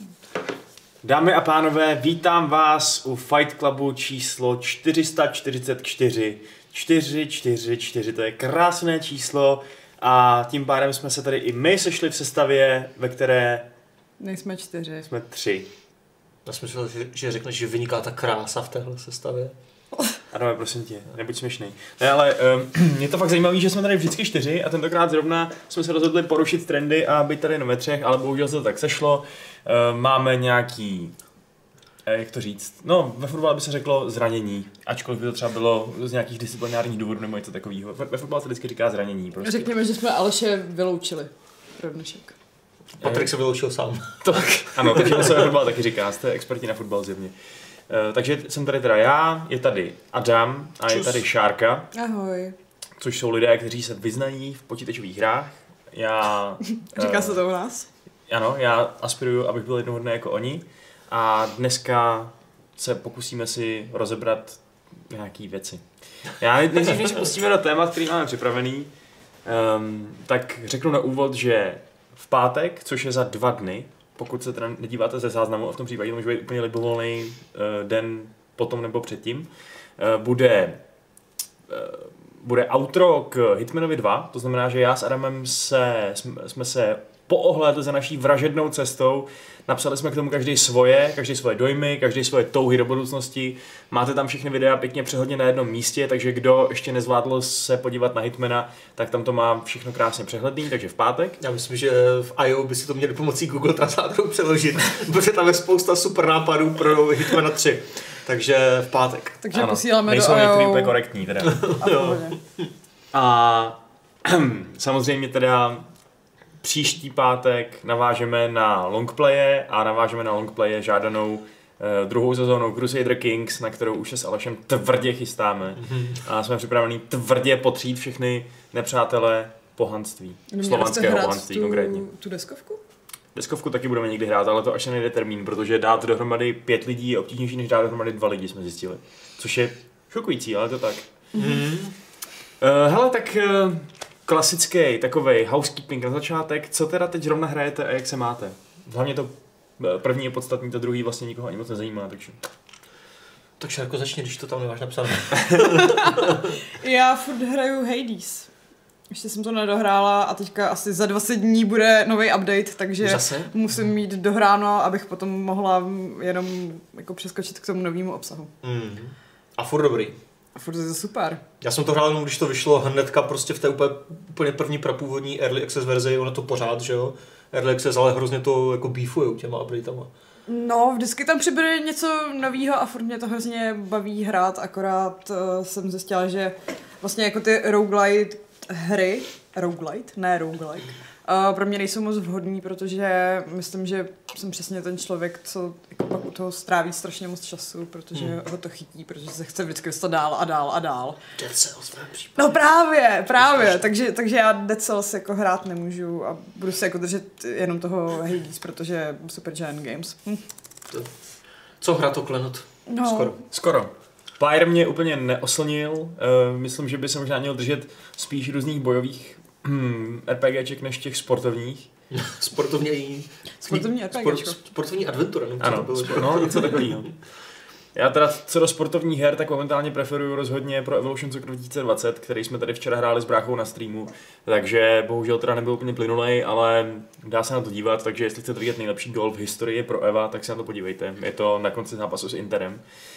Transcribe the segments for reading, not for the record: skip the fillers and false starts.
Dámy a pánové, vítám vás u Fight Clubu číslo 444. 444, to je krásné číslo a tím pádem jsme se tady i my sešli v sestavě, ve které... Nejsme 4. Jsme 3. Já jsem myslel, že řekneš, že vyniká ta krása v téhle sestavě. Ano, prosím tě, nebuď směšnej. Ne, ale je to fakt zajímavé, že jsme tady vždycky 4 a tentokrát zrovna jsme se rozhodli porušit trendy a být tady jenom ve 3, ale bohužel se to tak sešlo. Máme nějaký, jak to říct, no ve fotbale by se řeklo zranění, ačkoliv by to třeba bylo z nějakých disciplinárních důvodů nebo něco takového. Ve fotbale se vždycky říká zranění prostě. Řekněme, že jsme Aleše vyloučili pro dnešek. Patrik se vyloučil sám. Ano, to všechno se ve fotbale taky říká, jste experti na fotbal zjevně. Takže jsem tady teda já, je tady Adam a je tady Šárka. Ahoj. Což jsou lidé, kteří se vyznají v počítačových hrách. Já... Říká se to u nás? Ano, já aspiruju, abych byl jednoho dne jako oni. A dneska se pokusíme si rozebrat nějaký věci. Já nejdřív, než pustíme do témat, který máme připravený, tak řeknu na úvod, že v pátek, což je za 2 dny, pokud se teda nedíváte ze záznamu, a v tom případě to může být úplně libovolný den potom nebo předtím, bude outro k Hitmanovi 2, to znamená, že já s Adamem jsme se poohlédli za naší vražednou cestou, napsali jsme k tomu každý svoje dojmy, každý svoje touhy do budoucnosti, máte tam všechny videa pěkně přehodně na jednom místě, takže kdo ještě nezvládl se podívat na Hitmana, tak tam to má všechno krásně přehledný, takže v pátek. Já myslím, že v IO by si to měli pomocí Google Translatoru přeložit, protože tam je spousta super nápadů pro Hitmana 3. Takže v pátek. Takže ano, posíláme nejsou do IO. některý úplně korektní teda. A samozřejmě teda příští pátek navážeme na longplaye a navážeme na longplaye žádanou druhou sezónou Crusader Kings, na kterou už se s Alešem tvrdě chystáme. A jsme připraveni tvrdě potřít všechny nepřátelé pohanství. Slovanského pohanství konkrétně. Tu deskovku? Deskovku taky budeme někdy hrát, ale to až se nejde termín, protože dát dohromady 5 lidí je obtížnější, než dát dohromady 2 lidi, jsme zjistili. Což je šokující, ale to tak. Hele, tak klasický takovej housekeeping na začátek. Co teda teď zrovna hrajete a jak se máte? Hlavně to první je podstatný, to druhý vlastně nikoho ani moc nezajímá, takže... Takže jako začni, když to tam nemáš napsané. Já furt hraju Hades. Ještě jsem to nedohrála a teďka asi za 20 dní bude nový update, takže zase? Musím mít dohráno, abych potom mohla jenom jako přeskočit k tomu novému obsahu. A furt dobrý. A furt je to super. Já jsem to hrál jenom, když to vyšlo hnedka prostě v té úplně první prapůvodní Early Access verzi, ono to pořád, že jo? Early Access, ale hrozně to jako beefujou těma updatama. No, vždycky tam přibude něco novýho a furt mě to hrozně baví hrát, akorát jsem zjistila, že vlastně jako ty roguelite hry, roguelike, pro mě nejsou moc vhodný, protože myslím, že jsem přesně ten člověk, co jako pak u toho stráví strašně moc času, protože ho to chytí, protože se chce vždycky dostat dál a dál a dál. Dead Cells v případě. No právě, takže já Dead Cells jako hrát nemůžu a budu se jako držet jenom toho Hades, protože Super Giant Games. Co hra to klenot? No. Skoro. Pyre mě úplně neoslnil, myslím, že by se možná měl držet spíš různých bojových RPGček než těch sportovních. Sportovní RPGčko. Sportovní adventura. Ano, něco takového. Já teda co do sportovních her, tak momentálně preferuju rozhodně pro Evolution Soccer 2020, který jsme tady včera hráli s bráchou na streamu, takže bohužel teda nebyl úplně plynulej, ale dá se na to dívat, takže jestli chcete vidět nejlepší gól v historii pro Eva, tak se na to podívejte. Je to na konci zápasu s Interem.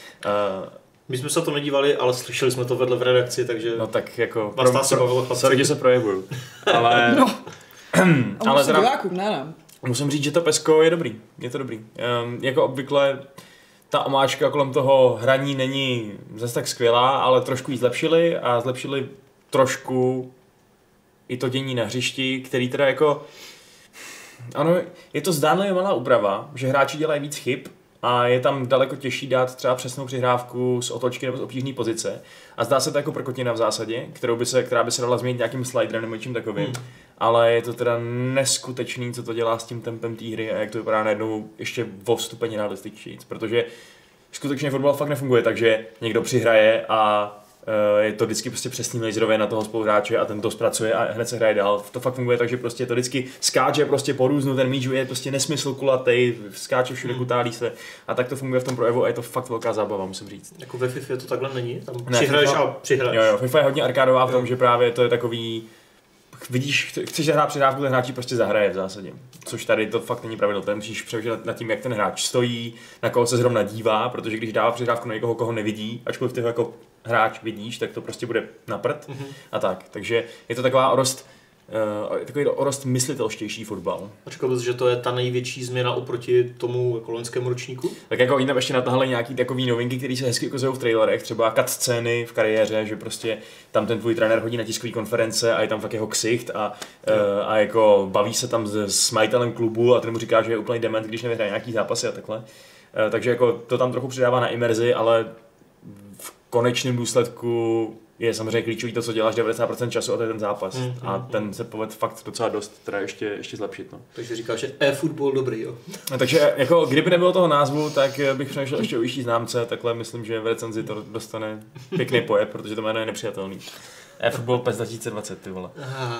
My jsme se to nedívali, ale slyšeli jsme to vedle v redakci, takže... No tak jako... Sorry, že se projevuju. Ale... No. ale teda... Ne. Musím říct, že to PESko je dobrý. Je to dobrý. Jako obvykle ta omáčka kolem toho hraní není zase tak skvělá, ale trošku ji zlepšili a zlepšili trošku i to dění na hřišti, který teda jako... Ano, je to zdánlivě malá úprava, že hráči dělají víc chyb, a je tam daleko těžší dát třeba přesnou přihrávku z otočky nebo z obtížné pozice. A zdá se to jako prkotina v zásadě, která by se dala změnit nějakým sliderem nebo něčím takovým. Ale je to teda neskutečný, co to dělá s tím tempem té hry a jak to vypadá najednou ještě o stupeň realističtěji. Protože skutečně fotbal fakt nefunguje, takže někdo přihraje a je to vždycky prostě přesný laserově na toho spoluhráče a ten to zpracuje a hned se hraje dál. To fakt funguje tak, že prostě to vždycky skáče prostě po různu, ten míč je prostě nesmysl kulatej, skáče všude, kutálí se a tak to funguje v tom projevu a je to fakt velká zábava, musím říct. Jako ve FIFA to takhle není? Tam přihraješ a přihraješ. Jo, FIFA je hodně arkádová v tom, že právě to je takový, vidíš, chceš hrát přidávku, ten hráč prostě zahraje v zásadě. Což tady to fakt není pravidlo, tady musíš přemýšlet nad tím, jak ten hráč stojí, na koho se zrovna dívá, protože když dává přidávku na někoho, koho nevidí, ačkoliv ty ho jako hráč vidíš, tak to prostě bude na prd a tak. Takže je to takový orost myslitelštější fotbal. A říkal bys, že to je ta největší změna oproti tomu jako loňskému ročníku? Tak jako oni tam ještě natahali nějaký takový novinky, které se hezky ukazují v trailerech, třeba cut scény v kariéře, že prostě tam ten tvůj trenér hodí na tiskový konference a je tam fakt jeho ksicht a jako baví se tam s majitelem klubu a ten mu říká, že je úplný dement, když nevyhraje nějaký zápasy a takhle. Takže jako to tam trochu přidává na imerzi, ale v konečném důsledku je samozřejmě klíčový to, co děláš 90% času a to je ten zápas. A ten se povedl fakt docela dost, teda ještě zlepšit. No. Takže říkáš, že e-football dobrý, jo? Takže jako kdyby nebylo toho názvu, tak bych přemýšlel ještě o vyšší známce, takhle myslím, že v recenzi to dostane pěkný pojeb, protože to jméno je nepřijatelný. E-football PES 2020, ty vole.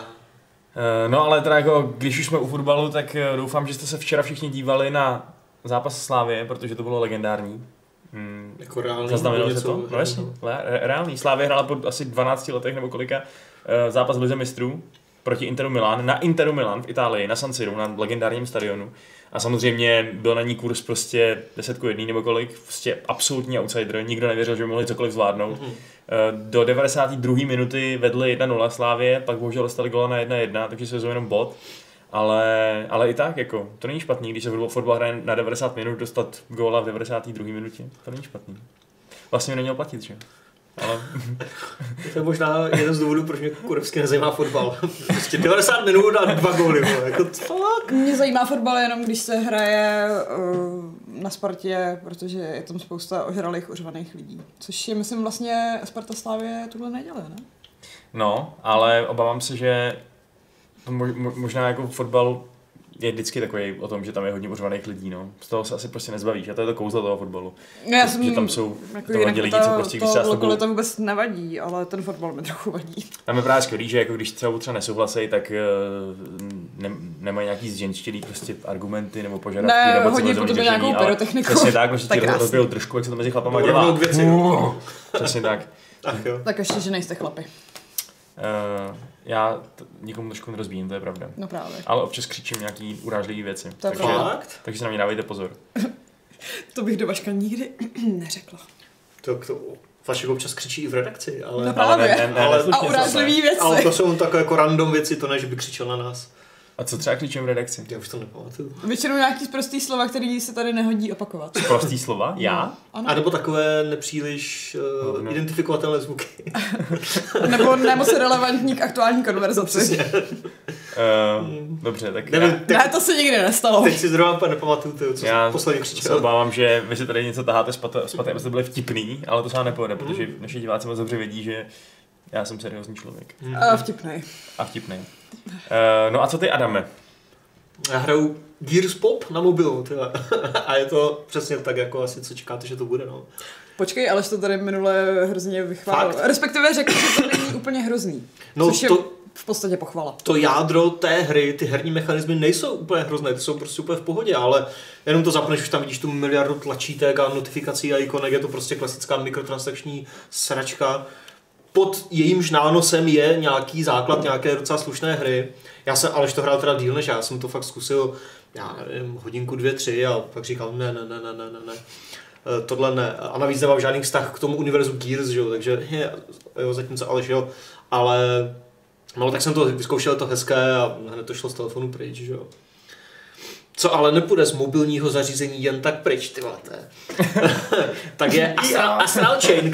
No ale teda jako, když už jsme u fotbalu, tak doufám, že jste se včera všichni dívali na zápas Slávie, protože to bylo legendární. Jako reálný. Zaznamenalo se to? No jasně, reálný. Slávě hrála po asi 12 letech nebo kolika zápas v Lize mistrů proti Interu Milan, na Interu Milan v Itálii, na San Siru, na legendárním stadionu. A samozřejmě byl na ní kurz prostě 10:1 nebo kolik, prostě absolutní outsider, nikdo nevěřil, že by mohli cokoliv zvládnout. Do 92. minuty vedli 1-0 Slávě, pak bohužel dostali góla na 1-1, takže se vezou jenom bod. Ale i tak, jako, to není špatný, když se fotbal hraje na 90 minut, dostat góla v 92. minutě, to není špatný. Vlastně mi neměl platit, že? Ale... To je možná jeden z důvodů, proč mě kurevsky nezajímá fotbal. Prostě 90 minut a 2 góly, jako fuck. Mě zajímá fotbal jenom, když se hraje na Spartě, protože je tam spousta ožralých, uřvaných lidí. Což je, myslím, vlastně Sparta Slávě tuhle neděle, ne? No, ale obávám se, že možná jako fotbal je vždycky takový o tom, že tam je hodně uřvaných lidí, no. Z toho se asi prostě nezbavíš a to je to kouzlo toho fotbalu. No, já jsem, že tam jsou jako to hodně lidí, co prostě když to lokalita vůbec nevadí, ale ten fotbal mi trochu vadí. Tam je právě skvělý, že jako když třeba nesouhlasí, tak nemají nějaký zženštělý prostě argumenty nebo požadavky. Ne, nebo hodně potom nějakou pyrotechniku. Přesně tak, prostě ti rozbijou trošku, jak se to mezi chlapama dělá. Přesně tak. Ach jo. Tak ještě, že nejste chlapi. Já nikomu trošku nerozbíjím, to je pravda. No právě. Ale občas křičím nějaký urážlivé věci. To je pravda. Takže se na mě dávejte pozor. To bych do Vaška nikdy neřekla. To Vašek občas křičí i v redakci, ale... No právě. A urážlivý věci. Ale to jsou takové jako random věci, to ne, že by křičel na nás. A co třeba křičím v redakci? Já už to nepamatuju. Většinou nějaký prostý slova, který se tady nehodí opakovat. Prostý slova? Já? Ano. A nebo takové nepříliš identifikovatelné zvuky. Nebo nemoc relevantní k aktuální konverzaci. Dobře, tak... Ne, to se nikdy nestalo. Teď si zrovna nepamatuju, co já posledně křičel. Já se obávám, že vy si tady něco taháte spaté, abyste byli vtipný, ale to se vám nepovede, protože naši diváci moc dobře vědí, že já jsem seriózní člověk. A vtipnej. No a co ty, Adame? Já hraju Gears Pop na mobilu, teda. A je to přesně tak, jako asi co čekáte, že to bude, no. Počkej, ale to tady minule hrozně vychválil. Respektive řekl, že to není úplně hrozný. No což je v podstatě pochvala. To jádro té hry, ty herní mechanismy nejsou úplně hrozné, ty jsou prostě úplně v pohodě, ale jenom to zapneš, už tam vidíš tu miliardu tlačítek a notifikací a ikonek, je to prostě klasická mikrotransakční sračka. Pod jejímž nánosem je nějaký základ nějaké docela slušné hry. Já jsem, Aleš to hrál teda díl než já jsem to fakt zkusil, já nevím, hodinku, 2, 3 a pak říkal ne. Tohle ne. A navíc nemám žádný vztah k tomu univerzu Gears, že jo, takže jo, zatímco Aleš jo, ale no tak jsem to vyzkoušel, to hezké a hned to šlo z telefonu pryč, že jo. Co ale nepůjde z mobilního zařízení jen tak pryč, ty vole, tak je Astral Chain,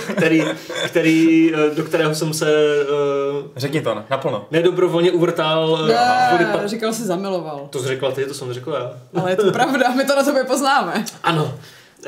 který, do kterého jsem se... Řekni to, naplno. Nedobrovolně uvrtal. Říkal jsi zamiloval. To jsi řekla ty, to jsem neřekl já. Ale je to pravda, my to na tobě poznáme. Ano.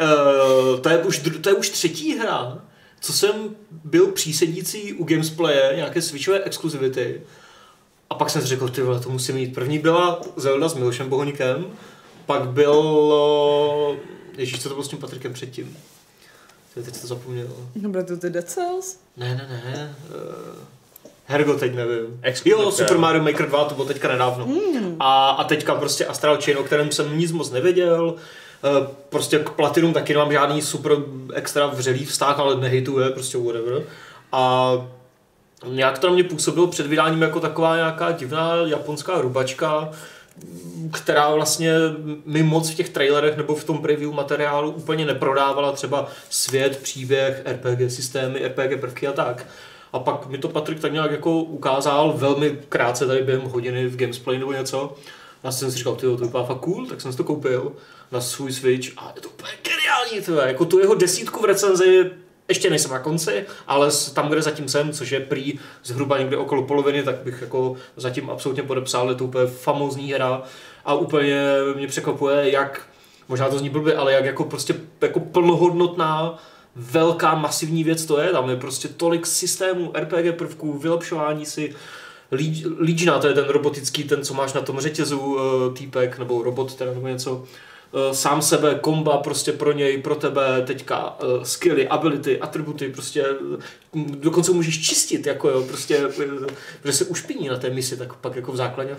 To je už třetí hra, co jsem byl přísedící u Gamesplaye, nějaké switchové exkluzivity. A pak jsem si řekl, ty vole, to musím mít. První byla Zelda s Milošem Bohoníkem, pak bylo... Ježíš, co to bylo s tím Patrikem předtím? Teď to zapomněl. Nebude to ty Dead Cells? Ne. Hergo, teď nevím. Exclusive. Super Mario Maker 2, to bylo teďka nedávno. A teďka prostě Astral Chain, o kterém jsem nic moc nevěděl. Prostě k Platinum taky nemám žádný super extra vřelý vztah, ale nehejtuje, prostě whatever. A nějak to na mě působilo před vydáním jako taková nějaká divná japonská rubačka, která vlastně mi moc v těch trailerech nebo v tom preview materiálu úplně neprodávala třeba svět, příběh, RPG systémy, RPG prvky a tak. A pak mi to Patrik tak nějak jako ukázal velmi krátce tady během hodiny v Gamesplay nebo něco. Já jsem si říkal, tyjo, to vypadá fakt cool, tak jsem si to koupil na svůj Switch a je to úplně geniální, tyjo. Jako tu jeho 10 v recenzi ještě nejsem na konci, ale tam, kde zatím jsem, což je prý zhruba někde okolo poloviny, tak bych jako zatím absolutně podepsal, je to úplně famózní hra a úplně mě překvapuje, jak, možná to zní blbě, ale jak jako prostě jako plnohodnotná velká masivní věc to je, tam je prostě tolik systémů, RPG prvků, vylepšování si, Legiona, to je ten robotický, ten, co máš na tom řetězu, týpek, nebo robot teda, nebo něco, sám sebe, komba prostě pro něj, pro tebe, teďka skilly, ability, atributy, prostě dokonce můžeš čistit, jako jo, prostě, že se ušpiní na té misi, tak pak jako v základě.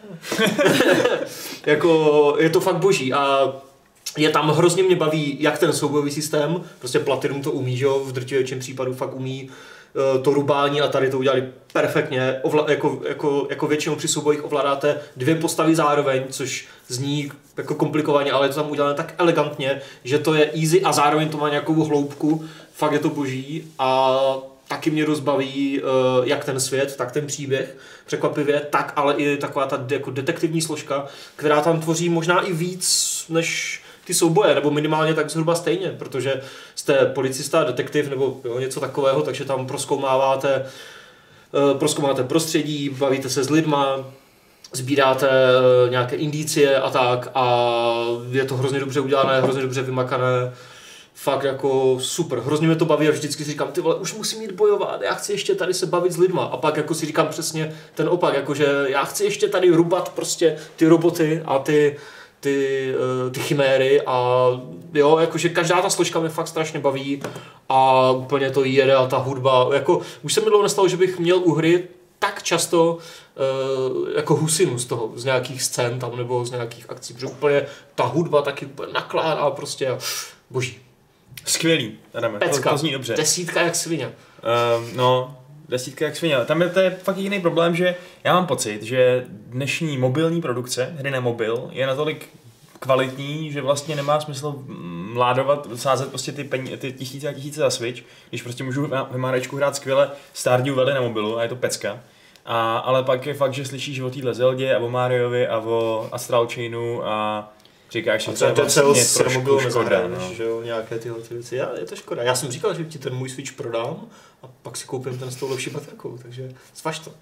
Jako, je to fakt boží a je tam, hrozně mě baví, jak ten soubojový systém, prostě Platinum to umí, že jo, v drtivé většině případů fakt umí to rubání a tady to udělali perfektně, jako většinou při soubojích ovládáte 2 postavy zároveň, což zní jako komplikovaně, ale je to tam udělané tak elegantně, že to je easy a zároveň to má nějakou hloubku, fakt je to boží a taky mě rozbaví jak ten svět, tak ten příběh, překvapivě, tak ale i taková ta jako detektivní složka, která tam tvoří možná i víc než ty souboje, nebo minimálně tak zhruba stejně, protože jste policista, detektiv nebo jo, něco takového, takže tam prozkoumáváte prostředí, bavíte se s lidma, sbíráte nějaké indicie a tak a je to hrozně dobře udělané, hrozně dobře vymakané, fakt jako super, hrozně mě to baví a vždycky si říkám, ty vole, už musím jít bojovat, já chci ještě tady se bavit s lidma a pak jako si říkám přesně ten opak, jakože já chci ještě tady rubat prostě ty roboty a ty chiméry a jo, jakože každá ta složka mě fakt strašně baví a úplně to jede a ta hudba, jako už se mi dlouho nestalo, že bych měl u hry tak často jako husinu z toho, z nějakých scén tam nebo z nějakých akcí, protože úplně ta hudba taky úplně nakládá prostě boží. Skvělý, Adame, to zní dobře. 10 jak svině. No, 10 jak svině. Tam je to fakt jiný problém, že já mám pocit, že dnešní mobilní produkce, hry na mobil, je natolik kvalitní, že vlastně nemá smysl mládovat, sázet prostě ty tisíce a tisíce za Switch, když prostě můžu v Marečku hrát skvěle Stardew Valley na mobilu a je to pecka. Ale pak je fakt, že slyšíš o téhle Zeldě a o Mariovi a o Astral Chainu a říkáš, že to je vlastně trošku škoda. No. Že jo, nějaké tyhle věci. Je to škoda. Já jsem říkal, že ti ten můj Switch prodám a pak si koupím ten s tou lepší baterkou, takže zvaž to.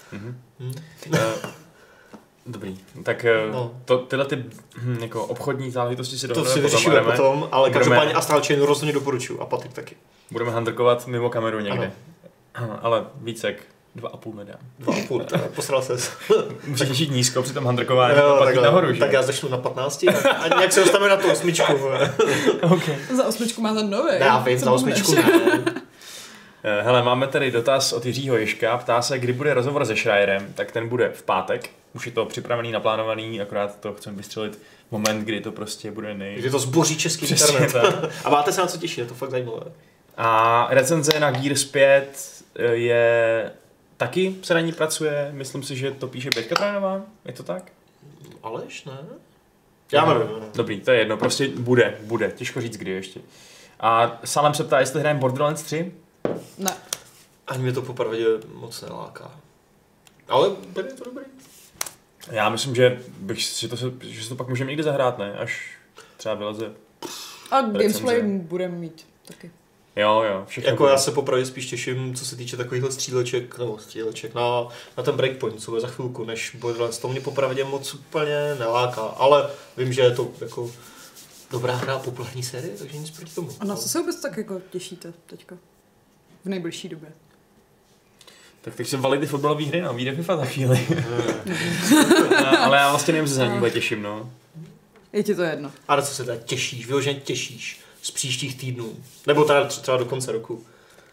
Dobrý, tak tyhle ty jako obchodní záležitosti si to si vyřešíme potom, ale každopádně Astral Chainu rozhodně doporučuji a Patrik taky. Budeme handrkovat mimo kameru někde. Ale víc jak 2,5 nedám. 2,5, posral ses. Musíš těšit nízko při tom handrkování a pak jít nahoru, že? Tak já začnu na 15 a nějak se dostaneme na tu 8. Okay. Za 8 máte nový. Já vím, za 8 ne. Hele, máme tady dotaz od Jiřího Ježka, ptá se, kdy bude rozhovor se Schreierem, tak ten bude v pátek. Už je to připravený, naplánovaný, akorát to chceme vystřelit v moment, kdy to prostě bude Kdy to zboří český internet. A máte se na co těšit, je to fakt zajímavé. A recenze na Gears 5 je... Taky se na ní pracuje, myslím si, že to píše Běťka Trénová, je to tak? Aleš, ne? Já nevím. Dobrý, to je jedno, prostě bude, těžko říct kdy ještě. A Salem se ptá, jestli hrajeme Borderlands 3? Ne. Ani mě to popravdě moc neláká. Ale bude to dobrý. Já myslím, že se to pak můžeme někdy zahrát, ne? Až třeba vyleze. A Gamesplay budeme mít taky. Jo, všechno. Jako já se popravdě spíš těším, co se týče takovýchhle stříleček na ten Breakpoint, co bude za chvilku, než Borderlands. To mě popravdě moc úplně neláká, ale vím, že je to jako dobrá hra, populární série, takže nic proti tomu. A na co se vůbec tak jako těšíte teďka? V nejbližší době? Tak teď se valí ty fotbalové hry, no, vyjde FIFA za chvíli. Ale já vlastně nevím, se za ní těším, no. Je ti to jedno. Ale co se teda těšíš, vyloženě těšíš z příštích týdnů? Nebo teda třeba do konce roku?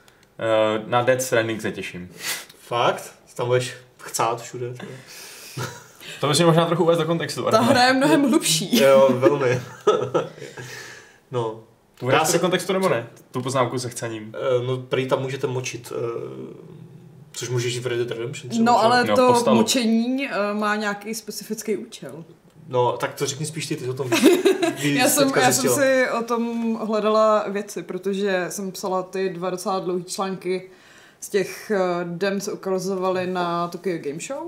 Na Death Stranding se těším. Fakt? Tam budeš chcát všude. To musím možná trochu uvést do kontextu. Ta hra je mnohem hlubší. Jo, velmi. No. Uvedeš to do kontextu nebo ne? Tu poznámku se chcením. No, prý tam můžete močit. Což můžeš jít v Red Dead Redemption třeba. No, ale No, to postavu. močení má nějaký specifický účel. No, tak to řekni spíš ty o tom víc. Já jsem si o tom hledala věci, protože jsem psala ty 2 docela dlouhý články z těch dem, co ukazovali na Tokyo Game Show.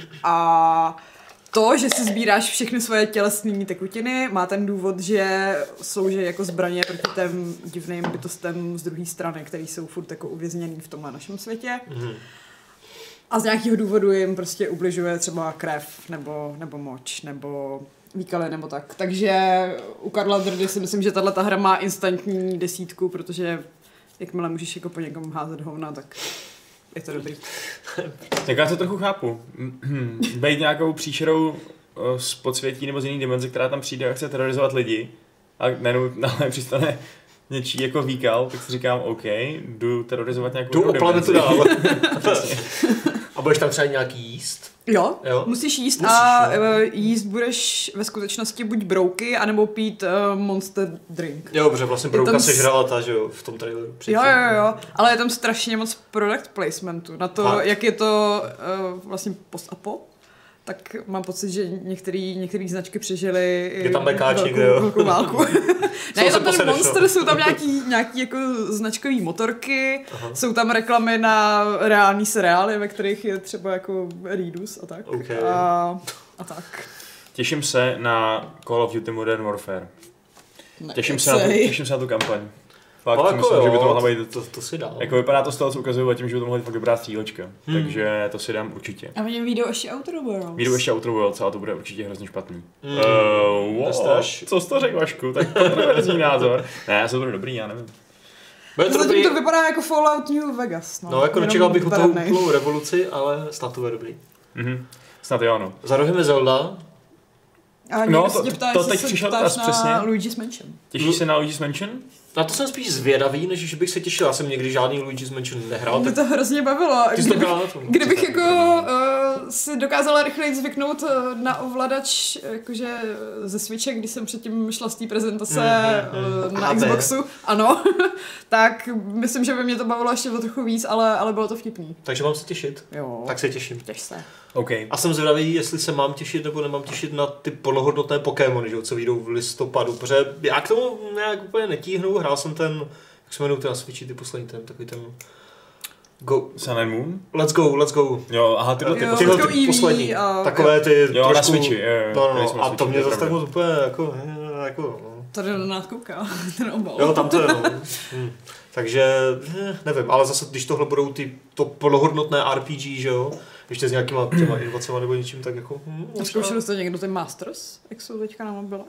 A to, že si sbíráš všechny svoje tělesné tekutiny, má ten důvod, že slouží jako zbraně proti těm divným bytostem z druhé strany, který jsou furt jako uvězněný v tomhle našem světě. Mhm. A z nějakého důvodu jim prostě ubližuje třeba krev, nebo moč, nebo výkaly, nebo tak. Takže u Karla Drdy si myslím, že tahle hra má instantní 10, protože jakmile můžeš jako po někom házet hovna, tak je to dobrý. Tak já to trochu chápu. Bejt nějakou příšerou z podsvětí nebo z jiný dimenze, která tam přijde a chce terorizovat lidi a najednou přistane něčí jako výkal, tak si říkám, OK, jdu terorizovat nějakou Jdu o planetu dál. Přesně. A budeš tam třeba nějaký jíst? Jo, Jo? musíš jíst Musíš, a jo. jíst budeš ve skutečnosti buď brouky, anebo pít monster drink. Jo, protože vlastně brouka tam sežrala ta, že jo, v tom traileru. Jo, ale je tam strašně moc product placementu na to, Fakt? jak je to vlastně post-apo. Tak mám pocit, že některé značky přežily Je tam bekáček, jo. velkou válku. Ne, je se tam ten posedeš, Monster, no. jsou tam nějaký jako značkový motorky, Aha. jsou tam reklamy na reální seriály, ve kterých je třeba jako Reedus a tak. Okay. A tak. Těším se na Call of Duty Modern Warfare. Těším se na tu kampaň. Fakt Ale si jako myslím, že by to jo, mohla být... to si dá. Jako vypadá to z toho, co ukazuju, tím, že by to mohla být fakt dobrá střílečka. Takže to si dám určitě. A oni vyjdou ještě Outer Worlds. Vyjdu ještě Outer Worlds, ale to bude určitě hrozně špatný. Co jsi to řekl, Vašku? Tak kontroverzní názor. Ne, jsou to dobrý, já nevím. Zatím to vypadá jako Fallout New Vegas. No jako Jenom nečekal bych o barevnej. tou úplnou revoluci, ale snad to bude dobrý. Snad jo, no. Za rohem je Zelda. A No, někdo se tě ptá, to jestli teď se přišel ptáš dotaz na přesně. Luigi's Mansion. Těšíš se na Luigi's Mansion? Na to jsem spíš zvědavý, než že bych se těšil. Já jsem někdy žádný Luigi's Mansion nehrál. Mě Tak to hrozně bavilo. ty jsi to hrál na tom. Kdybych jako si dokázala rychleji zvyknout na ovladač jakože ze Switche, když jsem předtím šla z té prezentace na HD. Xboxu, ano, tak myslím, že by mě to bavilo ještě o trochu víc, ale bylo to vtipný. Takže mám se těšit. Jo. Tak se těším. Těš se. OK. A jsem zvědavý, jestli se mám těšit nebo nemám těšit na ty plnohodnotné Pokémony, že jo, co vyjdou v listopadu. Protože já k tomu nějak úplně netíhnu. Hrál jsem ten, jak se jmenují ty na Switchi, ty poslední takový ten... Sun and Moon? Let's go. Jo, aha, tyhle ty Jo, poslední. Tyhle ty Eevee poslední. a- Takové ty Jo, trošku... na Switchi. No, a to mě zase tak moc úplně jako no. Tady na nás kouká, ten obal. Jo, tam to je, no. Takže, nevím, ale zase, když tohle budou to plnohodnotné RPG, že jo, ještě s nějakýma těma inovacema nebo něčím, tak jako... Zkoušeli jste někdo ty Masters, jak jsou teďka na mobilech?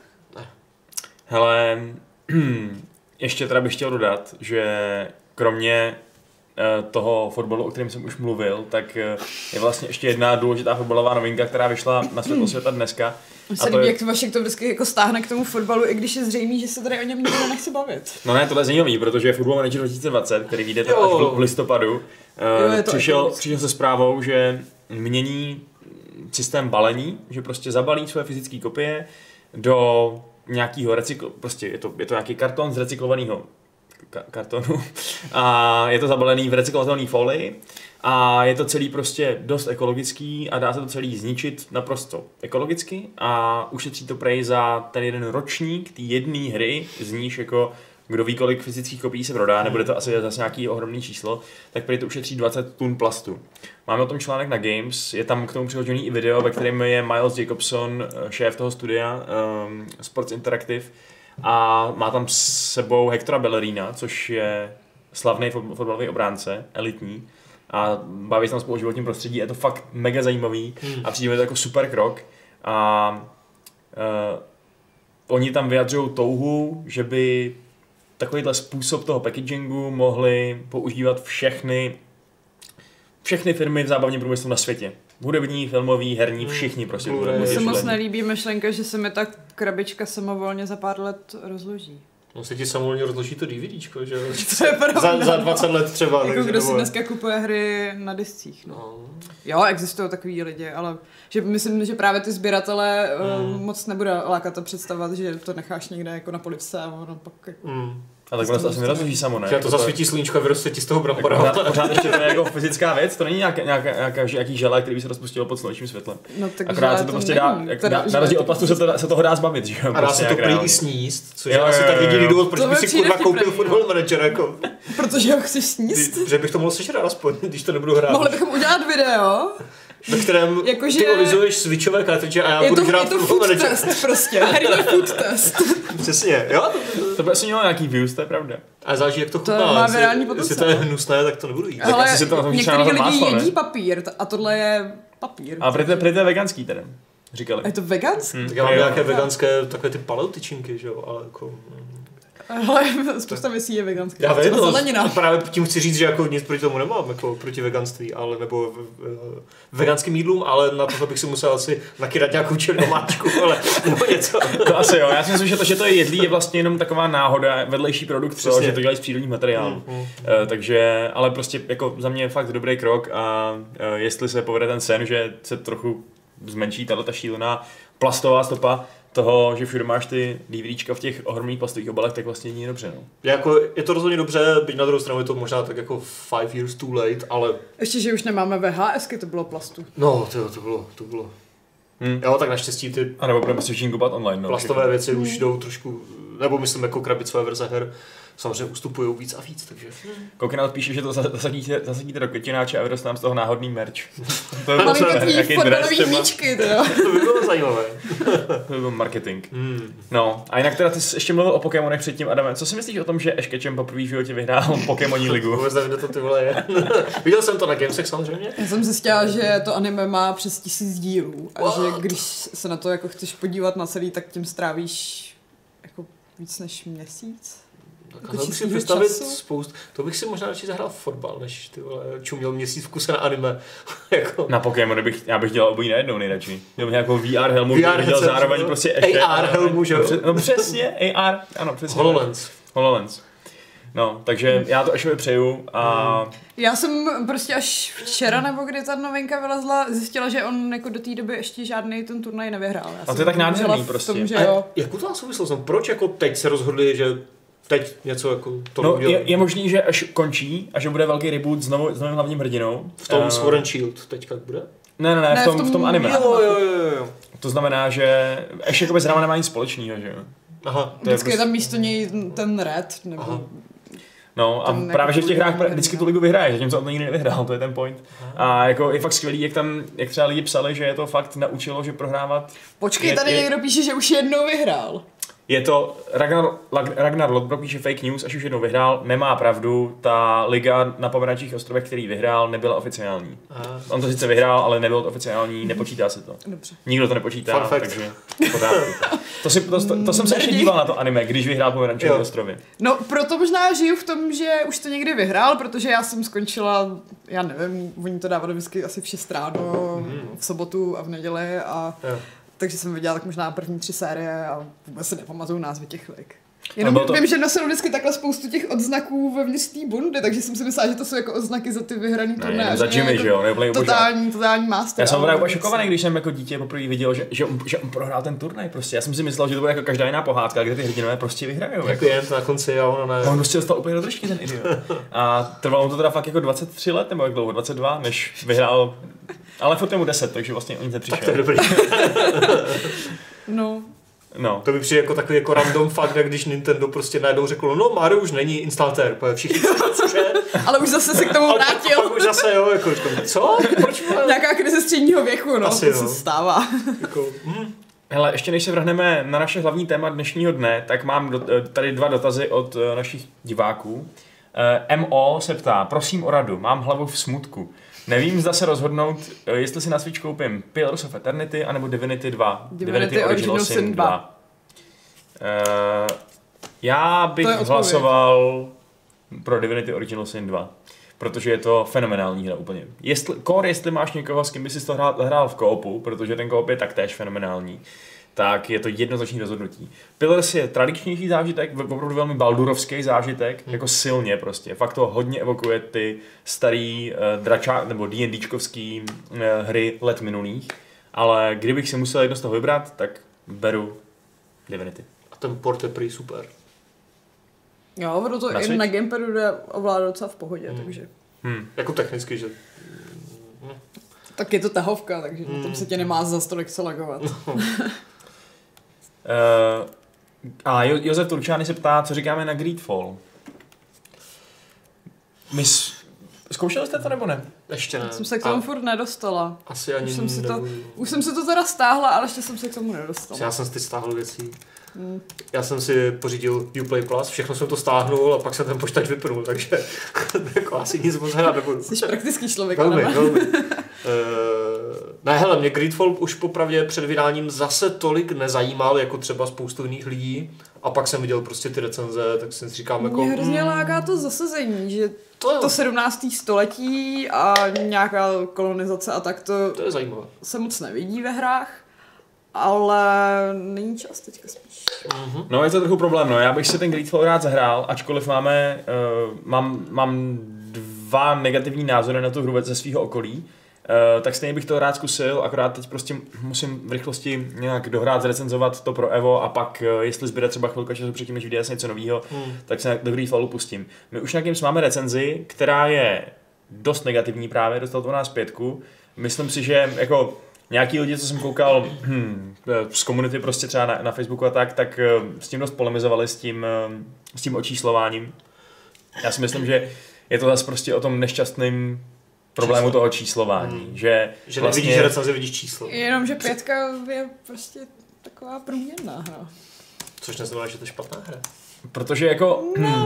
Hele, ještě teda bych chtěl dodat, že kromě toho fotbalu, o kterém jsem už mluvil, tak je vlastně ještě jedna důležitá fotbalová novinka, která vyšla na světlo světa dneska. Se líbí, jak Vašek to vždycky jako stáhne k tomu fotbalu, i když je zřejmý, že se tady o něm nikdo nechce bavit. No ne, tohle je zajímavý, protože Football Manager 2020, který vyjde až v listopadu, je to přišel se zprávou, že mění systém balení, že prostě zabalí své fyzické kopie do nějakého prostě je to nějaký karton z recyklovaného kartonu a je to zabalený v recyklovatelné folii a je to celý prostě dost ekologický a dá se to celý zničit naprosto ekologicky a ušetří to prej za ten jeden ročník té jedné hry, z níž jako kdo ví, kolik fyzických kopií se prodá, nebude to asi zase nějaký ohromný číslo, tak prej to ušetří 20 tun plastu. Máme o tom článek na Games, je tam k tomu přiložený i video, ve kterém je Miles Jacobson, šéf toho studia Sports Interactive, a má tam s sebou Hectora Bellerina, což je slavný fotbalový obránce, elitní, a baví se tam spolu o životním prostředí, je to fakt mega zajímavý a přijde mi to jako super krok a oni tam vyjadřují touhu, že by takovýhle způsob toho packagingu mohly používat všechny firmy v zábavním průmyslu na světě. Hudební, filmový, herní, všichni prostě. Mně se moc nelíbí myšlenka, že se mi ta krabička samovolně za pár let rozloží. No se ti samozřejmě rozloží to DVDčko, že jo? To je pravda. Za 20 let třeba. Jako kdo si dneska kupuje hry na discích, no. Jo, existují takový lidi, ale že myslím, že právě ty sběratele moc nebude lákat to představovat, že to necháš někde jako na polivce a ono pak jako... A tak ono se asi nerozloží samo, ne? Že to zasvítí sluníčko a vyroste ti z toho brambora. Pořád ještě to je jako fyzická věc, to není nějaký želé, který by se rozpustilo pod slunečním světlem. No, tak akorát se to prostě dá, na rozdíl od plastu se toho dá zbavit, že jo? A dá se to prý i sníst, což je asi tak jediný důvod, proč bych si kurva koupil Football Manager, jako. Protože ho chceš sníst? Že bych to mohl sežrat aspoň, když to nebudu hrát. Mohli bychom udělat video, ve kterém ty olizuješ switchové kartridže a já budu hrát Football Manager. Je to food test prostě, herní food test. Přesně, jo? To by asi mělo nějaký views, to je pravda. A záleží, jak to chutná. To má virální potenciál. Jestli to je hnusné, tak to nebudu jít. Ale některý lidi máslo, jedí papír a tohle je papír. A prý to je veganský teda, říkali. A je to veganský? Tak já mám nějaké veganské, takové ty paleo-tyčinky, že jo, ale jako... Ale spousta věcí je veganské. Já vím, no, právě tím chci říct, že jako nic proti tomu nemám, jako proti veganství, ale nebo veganským jídlům, ale na to bych si musel asi nakydat nějakou černomáčku, ale nebo něco. To asi jo, já si myslím, že to, že to je jedlí, je vlastně jenom taková náhoda, vedlejší produkt, že to dělají z přírodních materiálů. Takže, ale prostě jako za mě je fakt dobrý krok a jestli se povede ten sen, že se trochu zmenší ta šílená plastová stopa, toho, že všude máš ty DVDčka v těch ohromných plastových obalech, tak vlastně není dobře, no. Je to rozhodně dobře, byť na druhou stranu je to možná tak jako 5 years too late, ale... Ještě, že už nemáme VHSky, to bylo plastu. No, to bylo. Jo, tak naštěstí ty... A nebo budeme si všichni kupovat online, no. Plastové věci už jdou trošku, nebo myslím jako krabicové verze her, samozřejmě ustupují víc a víc, takže... Koukina píše, že to zasadíte do květináče a vyroste nám z toho náhodný merch. To je malinkatý fotbalový míčky, to jo. To by bylo zajímavé. To by byl marketing. No, a jinak teda ty jsi ještě mluvil o Pokémonech předtím, Adame. Co si myslíš o tom, že Ash Ketchum poprvé v životě vyhrál Pokémoní ligu? Vůbec nevím, kde to ty vole je. Viděl jsem to na Gamesech samozřejmě. Já jsem zjistila, že to anime má přes 1000 dílů a že když se na to jako chceš podívat na celý, tak tím strávíš jako víc než měsíc. Jako to bych si představit spoustu. To bych si možná radši zahrál fotbal, než ty vole čuměl měsíc v kuse na anime. Jako. Na Pokémon já bych dělal obojí najednou nejradši. Měl bych nějakou VR helmu, který bych dělal zároveň prostě AR helmu, že jo? No přesně, AR, ano přesně. HoloLens. No, takže já to Ashovi přeju a... Já jsem prostě až včera, nebo kdy ta novinka vylezla, zjistila, že on jako do té doby ještě žádný ten turnaj nevyhrál. A to je tak nádherný prostě. Tom, že jo. Jakou to má souvislost? Proč jako teď se rozhodli, že teď něco jako to no, je možný, že až končí a že bude velký reboot s novým hlavním hrdinou. V tom Sword and Shield teďka bude? Ne, v tom anime. Jo. To znamená, že Ash jakoby s hrama nemá nic společného, že jo? Aha. Vždycky je tam místo něj ten Red, nebo... Aha. No a právě, že v těch hrách vždycky tu ligu vyhraje, zatímco on to nikdy nevyhrál, to je ten point. A jako je fakt skvělý, jak třeba lidi psali, že je to fakt naučilo, že prohrávat... Počkej, tady někdo píše, že už jednou vyhrál. Je to, Ragnar Lodbrok píše fake news, až už jednou vyhrál, nemá pravdu, ta liga na Pomerančích ostrovech, který vyhrál, nebyla oficiální. On to sice vyhrál, ale nebyl to oficiální, nepočítá se to. Dobře. Nikdo to nepočítá, takže to jsem se ještě díval na to anime, když vyhrál Pomerančové ostrovy. No proto možná žiju v tom, že už to někdy vyhrál, protože já jsem skončila, já nevím, oni to dávali vždycky asi v 6 ráno, v sobotu a v neděli a... Takže jsem viděla tak možná první 3 série a vůbec si nepamatuju názvy těch lig. Jenom vím, že nosil vždycky takhle spoustu těch odznaků vevnitř té bundy, takže jsem si myslela, že to jsou jako odznaky za ty vyhraný turné. Za Jimmy, že jo? Totální master. Já jsem právě šokovaný, když jsem jako dítě poprvé viděl, že on prohrál ten turnaj prostě. Já jsem si myslel, že to bude jako každá jiná pohádka, kde ty hrdinové prostě vyhrajou. Jako jen na konci a ono ne. On prostě dostal úplně do držky ten idiot. A trvalo mu to teda fakt jako 23 let, nebo jak dlouho, 22, než vyhrál. Ale furt mu 10, takže vlastně o nic nepřišel. Tak to je dobrý. No. To by přijde jako takový jako random fakt, když Nintendo prostě najednou řeklo, no Mario už není instalatér, všichni cože? Ale už zase se k tomu vrátil. Pak už zase jo, jako co? Proč? Nějaká krize středního věku, no, asi, to se stává. Jako, Hele, ještě než se vrhneme na naše hlavní téma dnešního dne, tak mám tady 2 dotazy od našich diváků. MO se ptá, prosím o radu, mám hlavu v smutku. Nevím, zda se rozhodnout, jestli si na Switch koupím Pillars of Eternity anebo Divinity 2. Divinity Original Sin 2. Já bych hlasoval pro Divinity Original Sin 2. Protože je to fenomenální hra úplně. Jestli máš někoho, s kým by si to hrál v koopu, protože ten koop je taktéž fenomenální, tak je to jednoznačný rozhodnutí. Pillars je tradičnější zážitek, opravdu velmi baldurovský zážitek, jako silně prostě. Fakt to hodně evokuje ty starý dračák nebo D&Dčkovský hry let minulých, ale kdybych si musel jedno z toho vybrat, tak beru Divinity. A ten port je prý super. Jo, ono to i na gamepadu jde ovládat docela v pohodě, takže... Jako technicky, že... Tak je to tahovka, takže na tom se tě nemá za tolik co lagovat. A Josef Turčány se ptá, co říkáme na Greedfall. Zkoušeli jste to nebo ne? Ještě ne. Jsem se k tomu furt nedostala. Asi ani už jsem si to teda stáhla, ale ještě jsem se k tomu nedostala. Já jsem si teď stáhl věcí. Já jsem si pořídil Uplay Plus, všechno jsem to stáhnul a pak jsem ten počítač vypnul, takže jako asi nic moc hrát nebudu. Jsi praktický člověk, velmi. Ne, hele, mě Greedfall už popravdě před vydáním zase tolik nezajímal, jako třeba spoustu jiných lidí. A pak jsem viděl prostě ty recenze, tak jsem si říkám jako... Mě hrozně láká to zasazení, že to 17. století a nějaká kolonizace a tak to je zajímavé. Se moc nevidí ve hrách. Ale není čas teďka spíš. No je to trochu problém, no. Já bych si ten Greedfall rád zahrál, ačkoliv mám dva negativní názory na tu hru ze svého okolí. Tak stejně bych to rád zkusil, akorát teď prostě musím v rychlosti nějak dohrát, zrecenzovat to pro Evo a pak, jestli zbyde třeba chvilka času předtím, než vyjde něco nového, tak se do Greedfallu pustím. My už na Games máme recenzi, která je dost negativní právě, dostal to nás 5. Myslím si, že jako nějaký lidi, co jsem koukal z komunity prostě třeba na Facebooku a tak s tím dost polemizovali s tím očíslováním. Já si myslím, že je to zase prostě o tom nešťastným problému toho číslování. Že vlastně nevidíš recenzi, vidíš číslo. Jenomže 5 je prostě taková průměrná hra. Což neznamená, že to je špatná hra. Protože jako...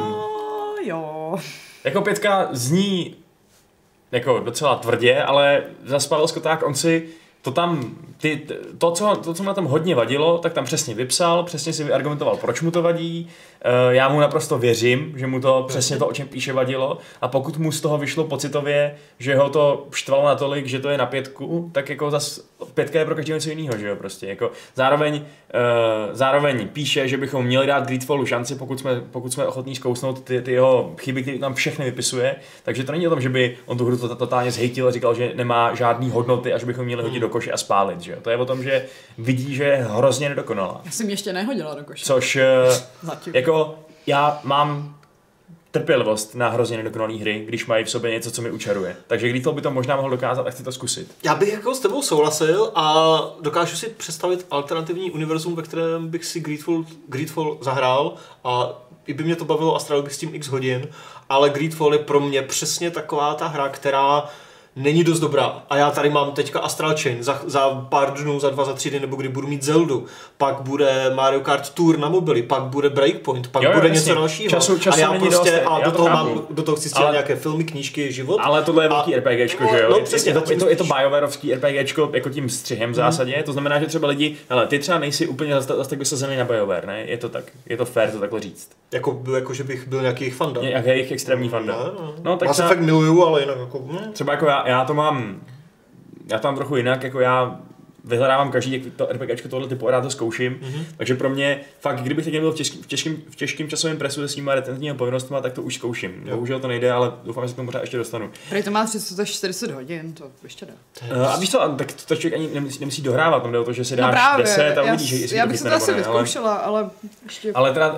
jo. Jako 5 zní jako docela tvrdě, ale zas Pavel Skoták, on si to tam, to, co na tom hodně vadilo, tak tam přesně vypsal, přesně si vyargumentoval, proč mu to vadí. Já mu naprosto věřím, že mu to přesně to, o čem píše, vadilo. A pokud mu z toho vyšlo pocitově, že ho to štvalo natolik, že to je na 5, tak jako zas 5 je pro každého něco jiného, že jo, prostě. Jako zároveň píše, že bychom měli dát Greedfallu šanci, pokud jsme ochotní zkousnout ty jeho chyby, které tam všechny vypisuje. Takže to není o tom, že by on tu hru totálně zhejtil a říkal, že nemá žádný hodnoty a že bychom měli hodit do koše a spálit, že jo. To je o tom, že vidí, že je hrozně nedokonalá. Já jsem ještě nehodila do koše. Což jako já mám trpělivost na hrozně nedokonalé hry, když mají v sobě něco, co mi učaruje. Takže Greedfall by to možná mohl dokázat a chci to zkusit. Já bych jako s tebou souhlasil a dokážu si představit alternativní univerzum, ve kterém bych si Greedfall zahrál a i by mě to bavilo a strávil bych s tím x hodin, ale Greedfall je pro mě přesně taková ta hra, která není dost dobrá. A já tady mám teďka Astral Chain za pár dnů, za 2, za 3 dny, nebo kdy budu mít Zeldu. Pak bude Mario Kart Tour na mobily, pak bude Breakpoint, pak bude něco dalšího. Času a já prostě dost, do toho chci střílet nějaké filmy, knížky, život. Ale tohle je velký RPGčko, že jo? No, přesně, je to BioWareovský RPGčko jako tím střihem v zásadě. To znamená, že třeba lidi, hele, ty třeba nejsi úplně zase tak vysazený na BioWare, ne? Je to tak. Je to fair to takhle říct. Jako že bych byl nějaký jejich fanda. Nějaký jejich extrémní fanda. No, tak já fakt miluju, ale jinak jako... Třeba jako já to mám trochu jinak, jako já vyhledávám každý to RPGčko tohle typu a rád to zkouším, takže pro mě fakt, kdybych teď byl v těžkým časovém presu se svýma recenzními povinnostmi, tak to už zkouším. Bohužel to nejde, ale doufám, že se k tomu pořád ještě dostanu. Prý to má 30 až 40 hodin, to ještě jde. A víš co, tak to člověk ani nemusí dohrávat, tam jde o to, že si dáš 10 a uvidíš, jestli já bych se to asi vyzkoušela, ale ještě... Ale teda,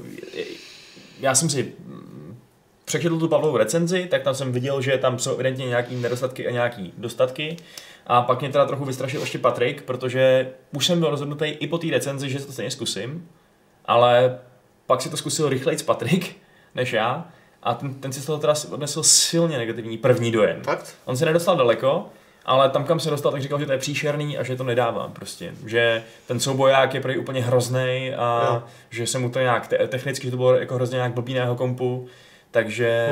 já jsem si přečetl tu Pavlovu recenzi, tak tam jsem viděl, že tam jsou evidentně nějaký nedostatky a nějaký dostatky. A pak mě teda trochu vystrašil ještě Patrik, protože už jsem byl rozhodnutý i po té recenzi, že to stejně zkusím, ale pak si to zkusil rychlejc Patrik než já a ten si z toho teda odnesl silně negativní první dojem. Fakt? On se nedostal daleko, ale tam, kam se dostal, tak říkal, že to je příšerný a že to nedává prostě. Že ten souboják je prý úplně hroznej a že se mu to nějak technicky, že to bylo jako hrozně nějak blbý na jeho kompu. Takže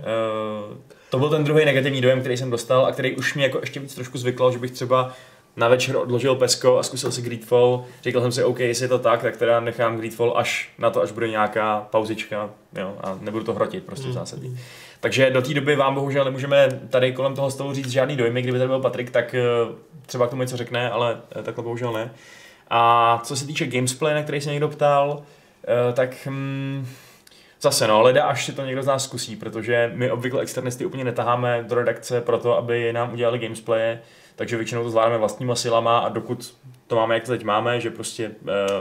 to byl ten druhý negativní dojem, který jsem dostal a který už mě jako ještě víc trošku zvyklo, že bych třeba na večer odložil Pesko a zkusil si Greedfall. Říkal jsem si, OK, jestli je to tak teda nechám Greedfall až na to, až bude nějaká pauzička, jo, a nebudu to hrotit prostě v zásadě. Takže do té doby vám bohužel nemůžeme tady kolem toho stolu říct žádný dojmy, kdyby tady byl Patrik, tak třeba k tomu něco řekne, ale takhle bohužel ne. A co se týče gamesplay, na který se někdo ptal, tak zase leda, až si to někdo z nás zkusí, protože my obvykle externisty úplně netaháme do redakce proto, aby nám udělali gamesplaye, takže většinou to zvládáme vlastníma silama a dokud to máme, jak to teď máme, že prostě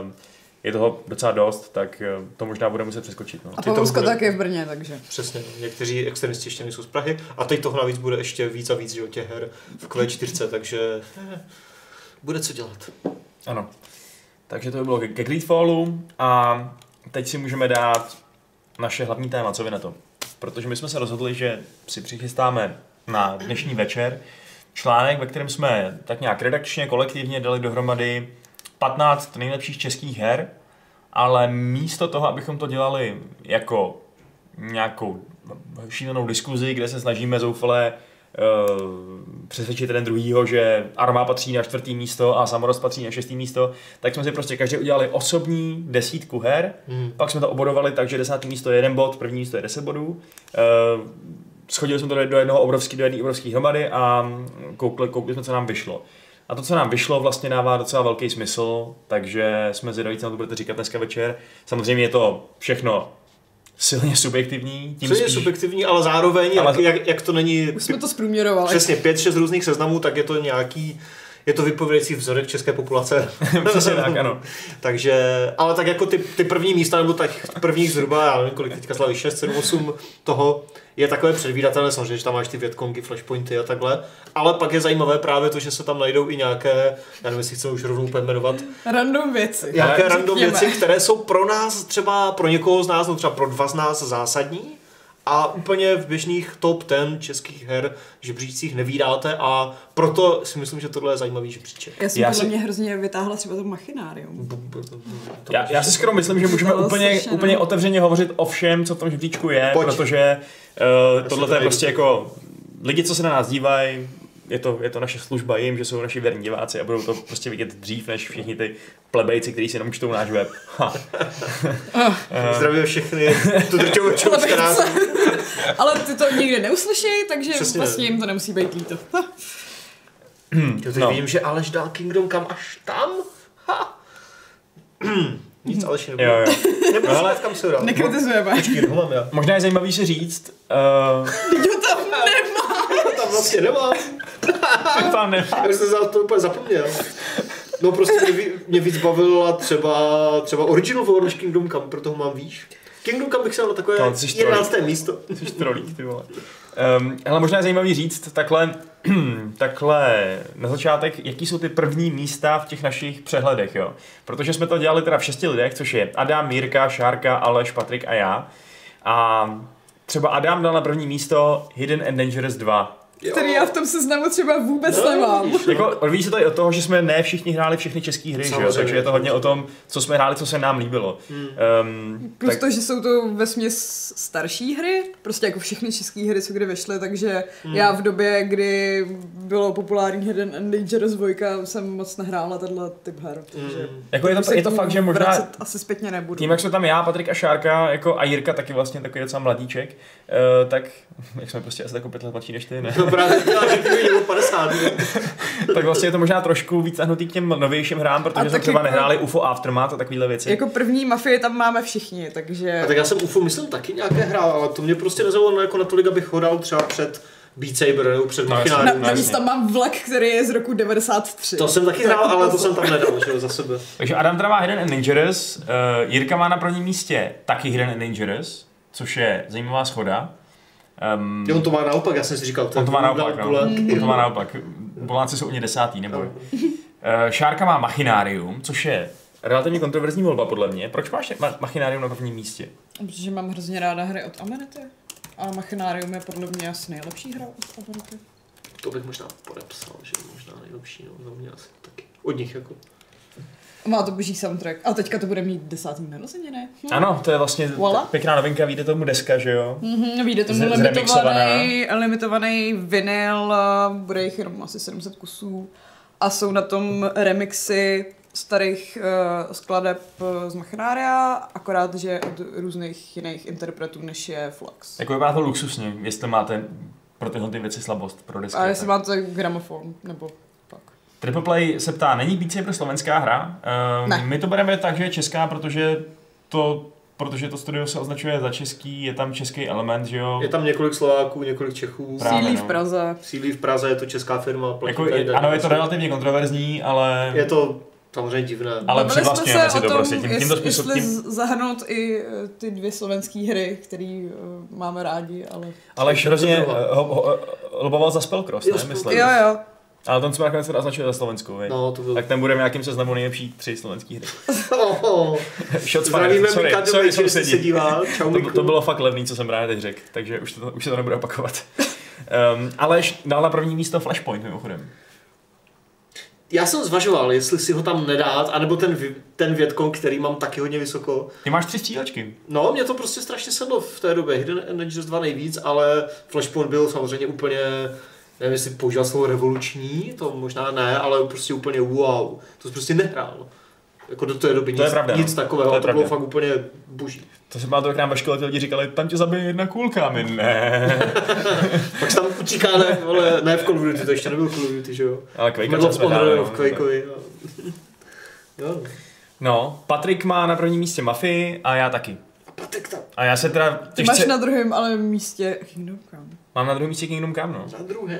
je toho docela dost, tak to možná bude muset přeskočit. No. A Pavelsko tak je v Brně, takže. Přesně, někteří externisti ještě nejsou z Prahy a teď toho navíc bude ještě víc a víc, že těch her v Q4, takže bude co dělat. Ano, takže to by bylo ke Greedfallu a teď si můžeme dát naše hlavní téma, co vy na to. Protože my jsme se rozhodli, že si přichystáme na dnešní večer článek, ve kterém jsme tak nějak redakčně, kolektivně dali dohromady 15 nejlepších českých her, ale místo toho, abychom to dělali jako nějakou šílenou diskuzi, kde se snažíme zoufale přesvědčit jeden druhýho, že Arma patří na 4. místo a Samorost patří na 6. místo, tak jsme si prostě každý udělali osobní 10 her, pak jsme to obodovali tak, že 10. místo je 1 bod, první místo je 10 bodů. Schodili jsme to do jedné obrovské hromady a koukli jsme, co nám vyšlo. A to, co nám vyšlo, vlastně dává docela velký smysl, takže jsme zvědaví, co na to budete říkat dneska večer. Samozřejmě je to všechno silně subjektivní. Silně subjektivní, ale zároveň, jak to není... Už jsme to zprůměrovali. Přesně, 5-6 různých seznamů, tak je to nějaký... Je to vypovědající vzorek české populace. Přesně tak, ano. Takže, ale tak jako ty první místa, nebo tak prvních zhruba, já nevím kolik teďka slaví, 6, 7, 8 toho, je takové předvídatelné, samozřejmě, že tam máš ty Vietcongy, flashpointy a takhle, ale pak je zajímavé právě to, že se tam najdou i nějaké, já nevím, jestli chceme už rovnou pojmenovat. Random věci. Nějaké random věci, které jsou pro nás třeba, pro někoho z nás, no třeba pro 2 z nás zásadní, a úplně v běžných top 10 českých her žebříčcích nevídáte a proto si myslím, že tohle je zajímavý žebříček. Já jsem mě hrozně vytáhla třeba to Machinarium. Já si skoro myslím, že můžeme úplně otevřeně hovořit o všem, co v tom žebříčku je, protože tohle je prostě jako lidi, co se na nás dívají, je to naše služba jim, že jsou naši věrní diváci a budou to prostě vidět dřív než všichni ty plebejci, kteří si jenom čtou náš web. Zdravím všechny, tu drťovou část. Ale ty to nikdy neuslyší, takže přesně vlastně jim to nemusí být líto. Vím, že Aleš dal Kingdom Come až tam. Nic Aleši nebude. Jo. Nebudu se kam se dál. Nekritizujeme. Počkej, ho mám já. Možná je zajímavý si říct... Jo, tam nemá. Tam vlastně nemám. Tam nemá. Já jsem to úplně zapomněl. No prostě mě víc bavila třeba Original War než Kingdom Come, proto ho mám výš. Kingdom Come bych se dal na takové 11. místo. Jsi trolík, ty vole. Ale možná je zajímavý říct takhle na začátek, jaký jsou ty první místa v těch našich přehledech, jo. Protože jsme to dělali teda v 6 lidech, což je Adam, Mírka, Šárka, Aleš, Patrik a já. A třeba Adam dal na první místo Hidden and Dangerous 2. Který já v tom seznamu třeba vůbec nemám. Jako odvíjí se to i od toho, že jsme ne všichni hráli všechny české hry, že jo? Takže je to hodně o tom, co jsme hráli, co se nám líbilo. Plus to, že jsou to vesměs starší hry, prostě jako všechny české hry, co kdy vyšly, takže já v době, kdy bylo populární Hidden and Dangerous 2, jsem moc nehrála tenhle typ her. Takže jako je to fakt, že možná asi zpětně nebudu. Tím, jak jsme tam já, Patrik a Šárka, jako a Jirka taky vlastně takový docela mladíček, tak jak jsme prostě asi tak o 5 let mladší než ty, ne? No právě, nebo 50. Tak vlastně je to možná trošku víc nahnutý k těm novějším hrám, protože jsme třeba nehráli UFO Aftermath a takovýhle věci. Jako první Mafii tam máme všichni, takže... A tak já jsem UFO myslím taky nějaké hrál, ale to mě prostě nezavolalo jako natolik, abych ho dal třeba před Beat Saber nebo před Machinarium. Navíc tam mám vlak, který je z roku 93. To jsem taky hrál, ale to jsem tam nedal, že za sebe. Takže Adam teda má Hidden and Dangerous, Jirka má na prvním místě taky Hidden and Dangerous, což je zajímavá shoda. On to má naopak, já jsem si říkal. On to má naopak, Poláci jsou u ně 10. neboj. Šárka má Machinarium, což je relativně kontroverzní volba podle mě. Proč máš Machinarium na prvním místě? Protože mám hrozně ráda hry od Amenity. A Machinarium je podle mě asi nejlepší hra od Amenity. To bych možná podepsal, že je možná nejlepší, no, za mě asi taky. Od nich jako. Má to boží soundtrack. A teďka to bude mít 10. narozeniny. Ano, to je vlastně pěkná novinka, vyjde tomu deska, že jo? Vyjde tomu limitovaný vinyl, bude jich jenom asi 700 kusů. A jsou na tom remixy starých skladeb z Machinária, akorát, že od různých jiných interpretů, než je Flux. Jako vypadá to luxusně, jestli máte pro tyhle ty věci slabost pro desky. A jestli máte gramofon, nebo tak. Triple Play se ptá, není Beat Saber slovenská hra? Ne. My to bereme tak, že je česká, protože to studio se označuje za český, je tam český element, že jo? Je tam několik Slováků, několik Čechů. Právě, Sídlí no. v Praze. Sídlí v Praze, je to česká firma. Jako, ano, je to relativně kontroverzní, ale... Je to samozřejmě divné. Ale Bavili jsme přivlastňujeme se si o to tom, prostě tímto způsobem. jestli zahrnout i ty 2 slovenské hry, které máme rádi, ale... Aleš hrozně loboval za Spellcross, ne? Myslím. Jo. Ale ten se nakonec označuje za Slovenskou, viď? No, to byl... Tak ten bude v nějakým seznamu nejlepší 3 slovenský hry. Shots Zdravíme fired. Mika Sorry, Domič, jestli se dívá. Čau, Miku. to bylo fakt levný, co jsem právě teď řekl, takže už se to nebude opakovat. Aleš dal na první místo Flashpoint, mimochodem. Já jsem zvažoval, jestli si ho tam nedát, anebo ten Vietcong, který mám taky hodně vysoko. Ty máš 3 střílečky. No, mě to prostě strašně sedlo v té době. Hidden Avengers 2 nejvíc, ale Flashpoint byl samozřejmě úplně, nevím, jestli používal slovo revoluční, to možná ne, ale prostě úplně wow. To jsi prostě nehrál. Jako do té doby nic takového, to bylo fakt úplně boží. To se pamatuju, jak nám ve škole ty lidi říkali, tam tě zabije jedna kůlka, my ne. Pak se tam utíká, ne v Call of Duty, to ještě nebyl Call of Duty, že jo? Ale Quake jsme hráli, v Quakeovi. Jo. No, Patrik má na prvním místě Mafii a já taky. Patrik tam. A já se teda Ty máš na druhém ale místě Kingdom Come. Mám na druhém místě Kingdom Come, no. Na druhém?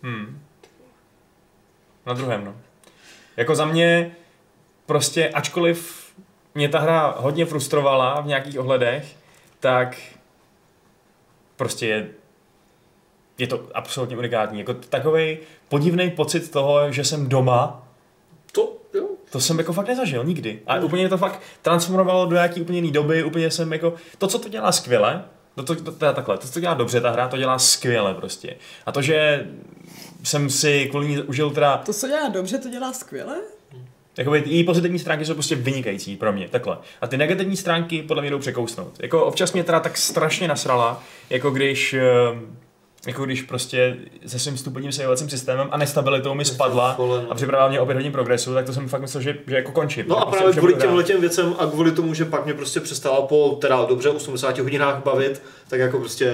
Na druhém, no. Jako za mě prostě, ačkoliv mě ta hra hodně frustrovala v nějakých ohledech, tak prostě je to absolutně unikátní. Jako takovej podivný pocit toho, že jsem doma, to jsem jako fakt nezažil nikdy. A úplně to fakt transformovalo do nějaký úplně jiný doby, úplně jsem jako, to, co to dělá skvěle, to, co dělá dobře ta hra, to dělá skvěle prostě. A to, že jsem si kvůli ní užil teda... To, co dělá dobře, to dělá skvěle? Jakoby její pozitivní stránky jsou prostě vynikající pro mě, takhle. A ty negativní stránky podle mě jdou překousnout. Jako občas mě teda tak strašně nasrala, jako když prostě se svým stupidním sejovacím systémem a nestabilitou mi spadla a připravila mě o 5 hodin progresu, tak to jsem fakt myslel, že jako končím. No a prostě právě kvůli těmhletěm věcem a kvůli tomu, že pak mě prostě přestala po teda dobře 80 hodinách bavit, tak jako prostě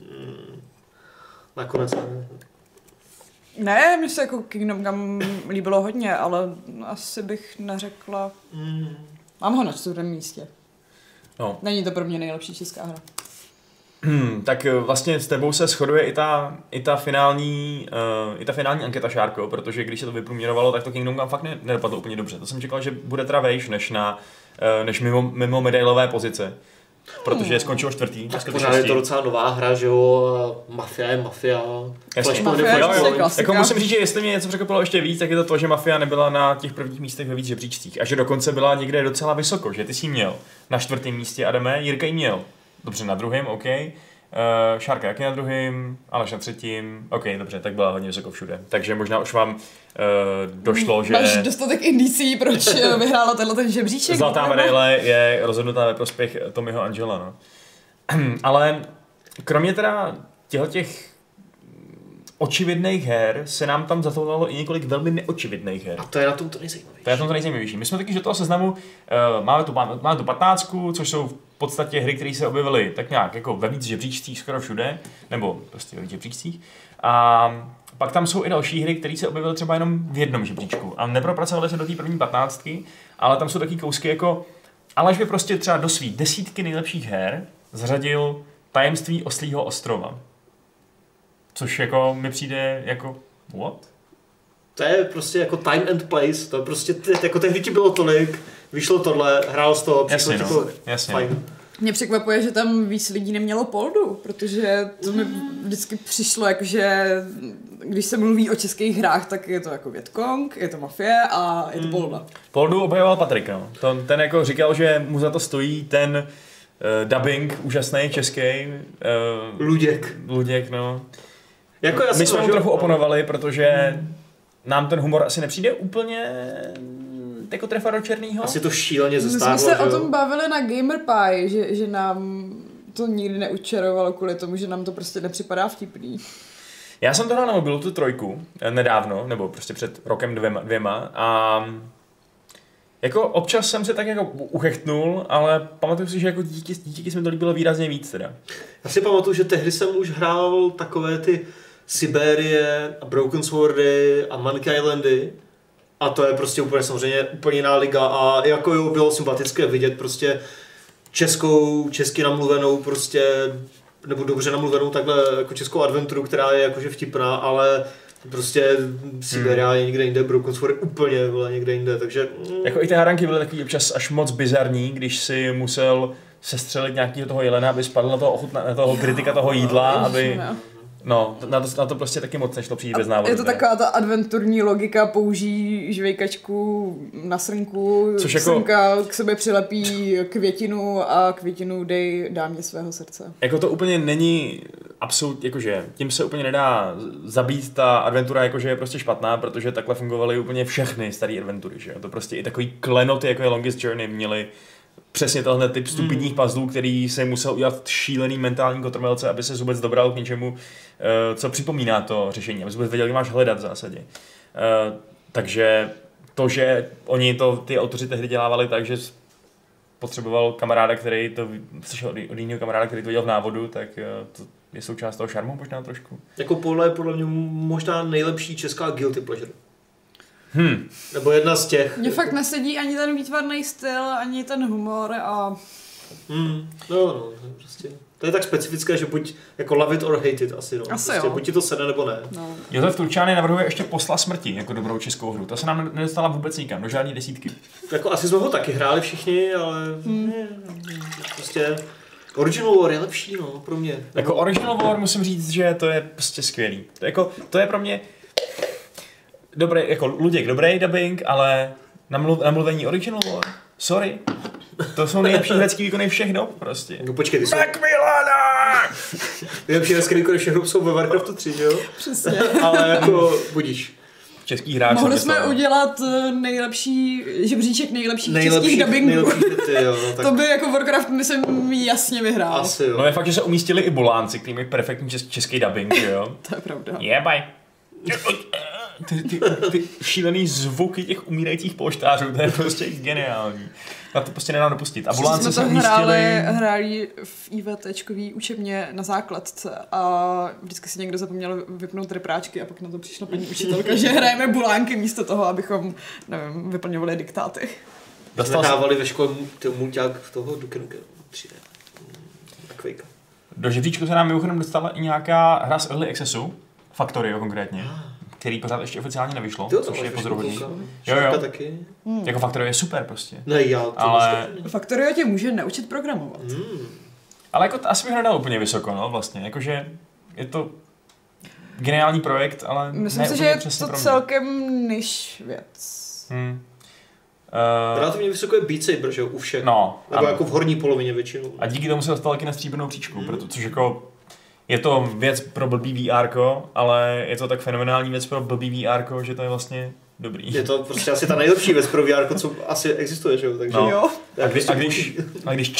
nakonec ne. Ne, mně se jako Kingdom Come líbilo hodně, ale asi bych neřekla... Mám ho na 4. místě. No. Není to pro mě nejlepší česká hra. Tak vlastně s tebou se shoduje i ta finální anketa, Šárko, protože když se to vyprůměrovalo, tak to Kingdom Come fakt nedopadlo úplně dobře. To jsem čekal, že bude teda vejš než mimo medailové pozice. Protože skončilo 4. Tak pořád je to docela nová hra, že jo, Mafia je Mafia. Jako musím říct, že jestli mě něco překvapilo ještě víc, tak je to to, že Mafia nebyla na těch prvních místech ve víc žebříčcích a že dokonce byla někde docela vysoko, že ty jsi měl na 4. místě, Adame, Jirka jí měl. Dobře, na 2., OK. Šárka jaký na 2., Aleš na 3., OK, dobře, tak byla hodně vysoko všude. Takže možná už vám došlo, že... Máš dostatek indicí, proč vyhrála ten žebříček? Zlatá medaile je rozhodnutá ve prospěch Tommyho Angela, no. Ale kromě teda těch očividných her se nám tam zatoulalo i několik velmi neočividných her. A to je na tom to nejzajímavější. To je na tom to nejzajímavější. My jsme taky do toho seznamu, máme tu 15, což jsou v podstatě hry, které se objevily tak nějak jako ve víc žebříčcích skoro všude, nebo prostě ve víc žebříčcích. A pak tam jsou i další hry, které se objevily třeba jenom v jednom žebříčku a nepropracovaly se do té první 15, ale tam jsou taky kousky jako, Aleš by prostě třeba do svých 10 nejlepších her zařadil Tajemství Oslího ostrova. Což jako mi přijde jako what? To je prostě jako time and place, to je prostě, jako tehdy ti bylo tolik, vyšlo tohle, hrál z toho, přišlo ti to fajn. Mě překvapuje, že tam víc lidí nemělo Poldu, protože to mi vždycky přišlo jakože, když se mluví o českých hrách, tak je to jako Vietcong, je to Mafie a je to Polda. Poldu obhajoval Patrik, no. Ten jako říkal, že mu za to stojí ten dubbing úžasný český. Luděk, no. Jako my jsme mu trochu oponovali, protože nám ten humor asi nepřijde úplně jako trefa do černýho. Asi to šíleně zestárlo. My jsme se o tom bavili na Gamer Pie, že nám to nikdy neučarovalo kvůli tomu, že nám to prostě nepřipadá vtipný. Já jsem to hrál na mobilu, tu 3, nedávno, nebo prostě před rokem dvěma a jako občas jsem se tak jako uchechtnul, ale pamatuju si, že jako díky se mi to líbilo výrazně víc teda. Já si pamatuju, že tehdy jsem už hrál takové ty Siberie a Broken Swordy a Monkey Islandy A to je prostě úplně samozřejmě úplně jiná liga a jako jo, bylo sympatické vidět prostě česky namluvenou prostě, nebo dobře namluvenou takhle jako českou adventuru, která je jakože vtipná, ale prostě Siberia je někde jinde, Broken Sword úplně byla někde jinde, takže... Jako i ty hádanky byly takový občas až moc bizarní, když si musel sestřelit nějakého toho jelena, aby spadl na toho kritika toho jídla, aby... No, na to prostě taky moc nešlo přijít bez návodu. Je to taková ta adventurní logika, použij žvejkačku na srnku, srnka k sobě přilepí květinu a květinu dej dámě svého srdce. Jako to úplně není absolutně, jakože tím se úplně nedá zabít ta adventura, jakože je prostě špatná, protože takhle fungovaly úplně všechny staré adventury, že jo. To prostě i takový klenoty, jako je Longest Journey, měli přesně tenhle typ stupidních puzzlů, který se musel udělat šílený mentální kotrmelce, aby se vůbec dobral k něčemu, co připomíná to řešení, aby vůbec věděl, kde máš hledat v zásadě. Takže to, že oni ty autoři tehdy dělávali tak, že potřeboval kamaráda, který to, slyšel od jiného kamaráda, který to dělal v návodu, tak to je součást toho šarmu možná trošku. Jako podle mě možná nejlepší česká guilty pleasure. Nebo jedna z těch. Mně fakt nesedí ani ten výtvarný styl, ani ten humor a... No, prostě. To je tak specifické, že buď jako love it or hate it asi, no. Asi prostě jo. buď ti to sedne, nebo ne. No. Josef Turčány navrhuje ještě Posla smrti jako dobrou českou hru. Ta se nám nedostala vůbec nikam, do žádný desítky. Jako asi jsme ho taky hráli všichni, ale prostě Original War je lepší, no, pro mě. Jako Original War musím říct, že to je prostě skvělý. To je pro mě dobrý, jako Luděk dobrý dubbing, ale namluvení Original War, sorry. To jsou nejlepší herecký výkony všech dob prostě. No počkej, ty jsou... Macmillana! Nejlepší herecký výkony všech dob jsou ve Warcraftu 3, jo? Přesně. Ale jako budíš. Český hráč. Mohli jsme udělat nejlepší žebříček nejlepších českých dubbingů. Tak... To by jako Warcraft myslím jasně vyhrál. Asi jo. No je fakt, že se umístili i Bolánci, který mají perfektní český dubbing, jo? To je pravda. Jebaj. Ty šílený zvuky těch umírajících polštářů, to je prostě geniální. Na to prostě nedám dopustit. A Bolánci se umístili... hráli v IVT-čkový učebně na základce a vždycky si někdo zapomněl vypnout repráčky a pak na to přišla paní učitelka, že hrajeme Bolánky místo toho, abychom, nevím, vyplňovali diktáty. Jsme dávali ve škole mulťák toho Duke Nukem 3D. Quake. Do žebříčku se nám mimochodem dostala i nějaká hra z Early Accessu, Factorio konkrétně, který pořád ještě oficiálně nevyšlo, což je pozoruhodný. Jo. Taky. Jako Factorio je super prostě. Ne, ale... Factorio tě může naučit programovat. Ale jako asi bych nedal úplně vysoko, no vlastně, jakože je to geniální projekt, ale myslím si, že je to celkem niž věc. Relativně vysoko je Beat Saber, že jo, u všech. No, nebo jako v horní polovině většinou. A díky tomu se dostal taky na stříbrnou příčku, protože jako je to věc pro blbý VR-ko, ale je to tak fenomenální věc pro blbý VR-ko, že to je vlastně dobrý. Je to prostě asi ta nejlepší věc pro VR, co asi existuje, že jo? Takže jo. A když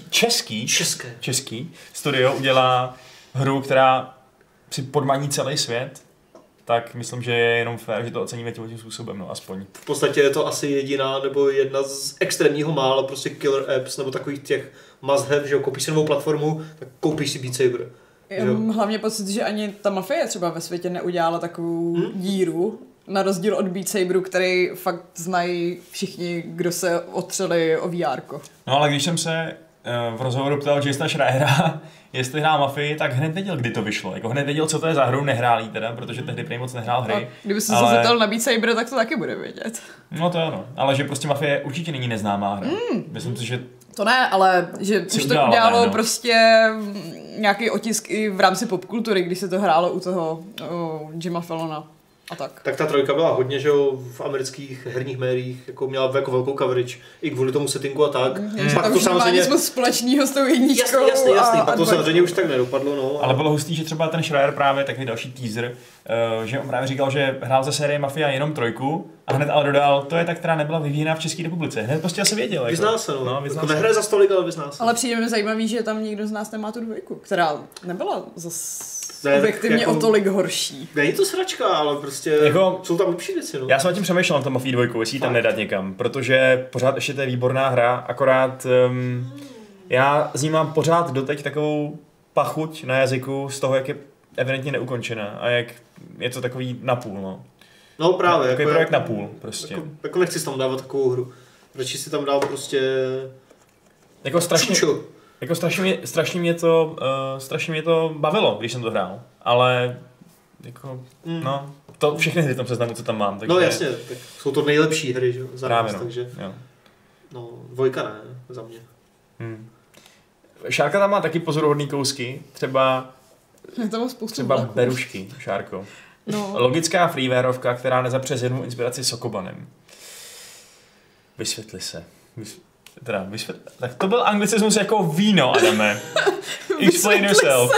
český studio udělá hru, která si podmaní celý svět, tak myslím, že je jenom fér, že to oceníme tím způsobem, no aspoň. V podstatě je to asi jediná nebo jedna z extrémního mála prostě killer apps nebo takových těch must have, že jo, koupíš si novou platformu, tak koupíš si Beat Saber. Já mám hlavně pocit, že ani ta Mafie třeba ve světě neudělala takovou díru, na rozdíl od Beat Saberu, který fakt znají všichni, kdo se otřeli o VR-ko. No ale když jsem se v rozhovoru ptal Jasona Schreiera, jestli hrál Mafii, tak hned věděl, kdy to vyšlo. Jako hned věděl, co to je za hru, nehrál jí teda, protože tehdy prej moc nehrál hry. A kdyby se zeptal na Beat Saber, tak to taky bude vědět. No to ano, ale že prostě Mafie určitě není neznámá hra. Myslím si, že to ne, ale že už to udělalo prostě nějaký otisk i v rámci popkultury, když se to hrálo u toho Jima Fallona a tak. Tak ta trojka byla hodně, že jo, v amerických herních médiích, jako měla jako velkou coverage, i kvůli tomu settingu a tak. Pak to samozřejmě něco společného s tou jedničkou. Jasný, pak to samozřejmě už tak nedopadlo, no. Ale bylo hustý, že třeba ten Schreier právě, takový další teaser, že on právě říkal, že hrál ze série Mafia jenom trojku a hned ale dodal, to je ta, která nebyla vyvíjená v České republice. Hned prostě asi věděl. Jako. Vyzná se, no. Jako nehraje za stolik, ale vyzná se. Ale přijde mi zajímavý, že tam nikdo z nás nemá tu dvojku, která nebyla zase objektivně jako, o tolik horší. Není to sračka, ale prostě jako, jsou tam lepší věci, no. Já jsem o tím přemýšlel na tom Mafii 2, jestli ji tam nedat někam, protože pořád ještě to je výborná hra, akorát já z ní mám pořád doteď takovou pachuť na jazyku z toho, jak je evidentně neukončená a jak je to takový napůl, no. No právě. Takový projekt na půl prostě. Jako nechci si tam dávat takovou hru. Radši si tam dál prostě... Jako strašně... Čuču. Jako strašně mě to bavilo, když jsem to hrál, ale jako, no, to všechny hry v tom seznamu, co tam mám, takže... No jasně, tak jsou to nejlepší hry, že? Za právě nás, no, takže, jo. no, 2 ne, za mě. Šárka tam má taky pozoruhodný kousky, třeba vlaků. berušky, Šárko. No. Logická freewareovka, která nezapře jednu inspiraci Sokobanem. Vysvětli se. Tak to byl anglicismus jako víno, Adame. Explain yourself.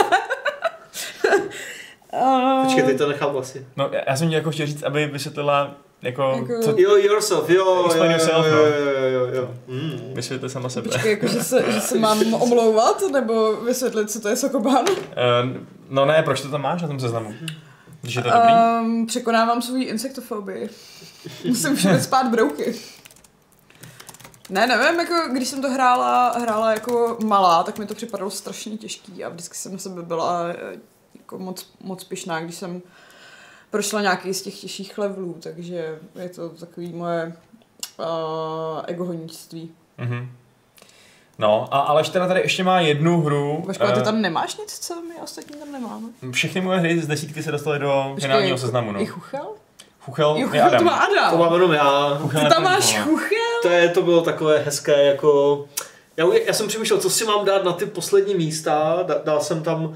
Počkej, teď to nechápu asi. No, já jsem jako chtěl říct, aby vysvětlila jako co... Jo, yourself, jo. Explain yourself, no. Jo. Vysvětli sama sebe. Počkej, jako, že se mám omlouvat, nebo vysvětlit, co to je Sokoban? No ne, proč to tam máš na tom seznamu? Když je to dobrý? Překonávám svou insektofobii. Musím všude spát brouky. Ne, nevím, jako když jsem to hrála jako malá, tak mi to připadalo strašně těžký a vždycky jsem na sebe byla jako moc pyšná, když jsem prošla nějaký z těch těžších levelů, takže je to takový moje egohonictví. Mm-hmm. No, a Aleš teda tady ještě má jednu hru. Vašku, a ty tam nemáš nic, co my ostatní tam nemáme? Všechny moje hry z 10 se dostaly do finálního seznamu, no. I Chuchel? Chuchel je Adam. To má Adam. To mám jenom já. Chuchel ty tam máš Chuchel? To bylo takové hezké, jako... Já jsem přemýšlel, co si mám dát na ty poslední místa, dal jsem tam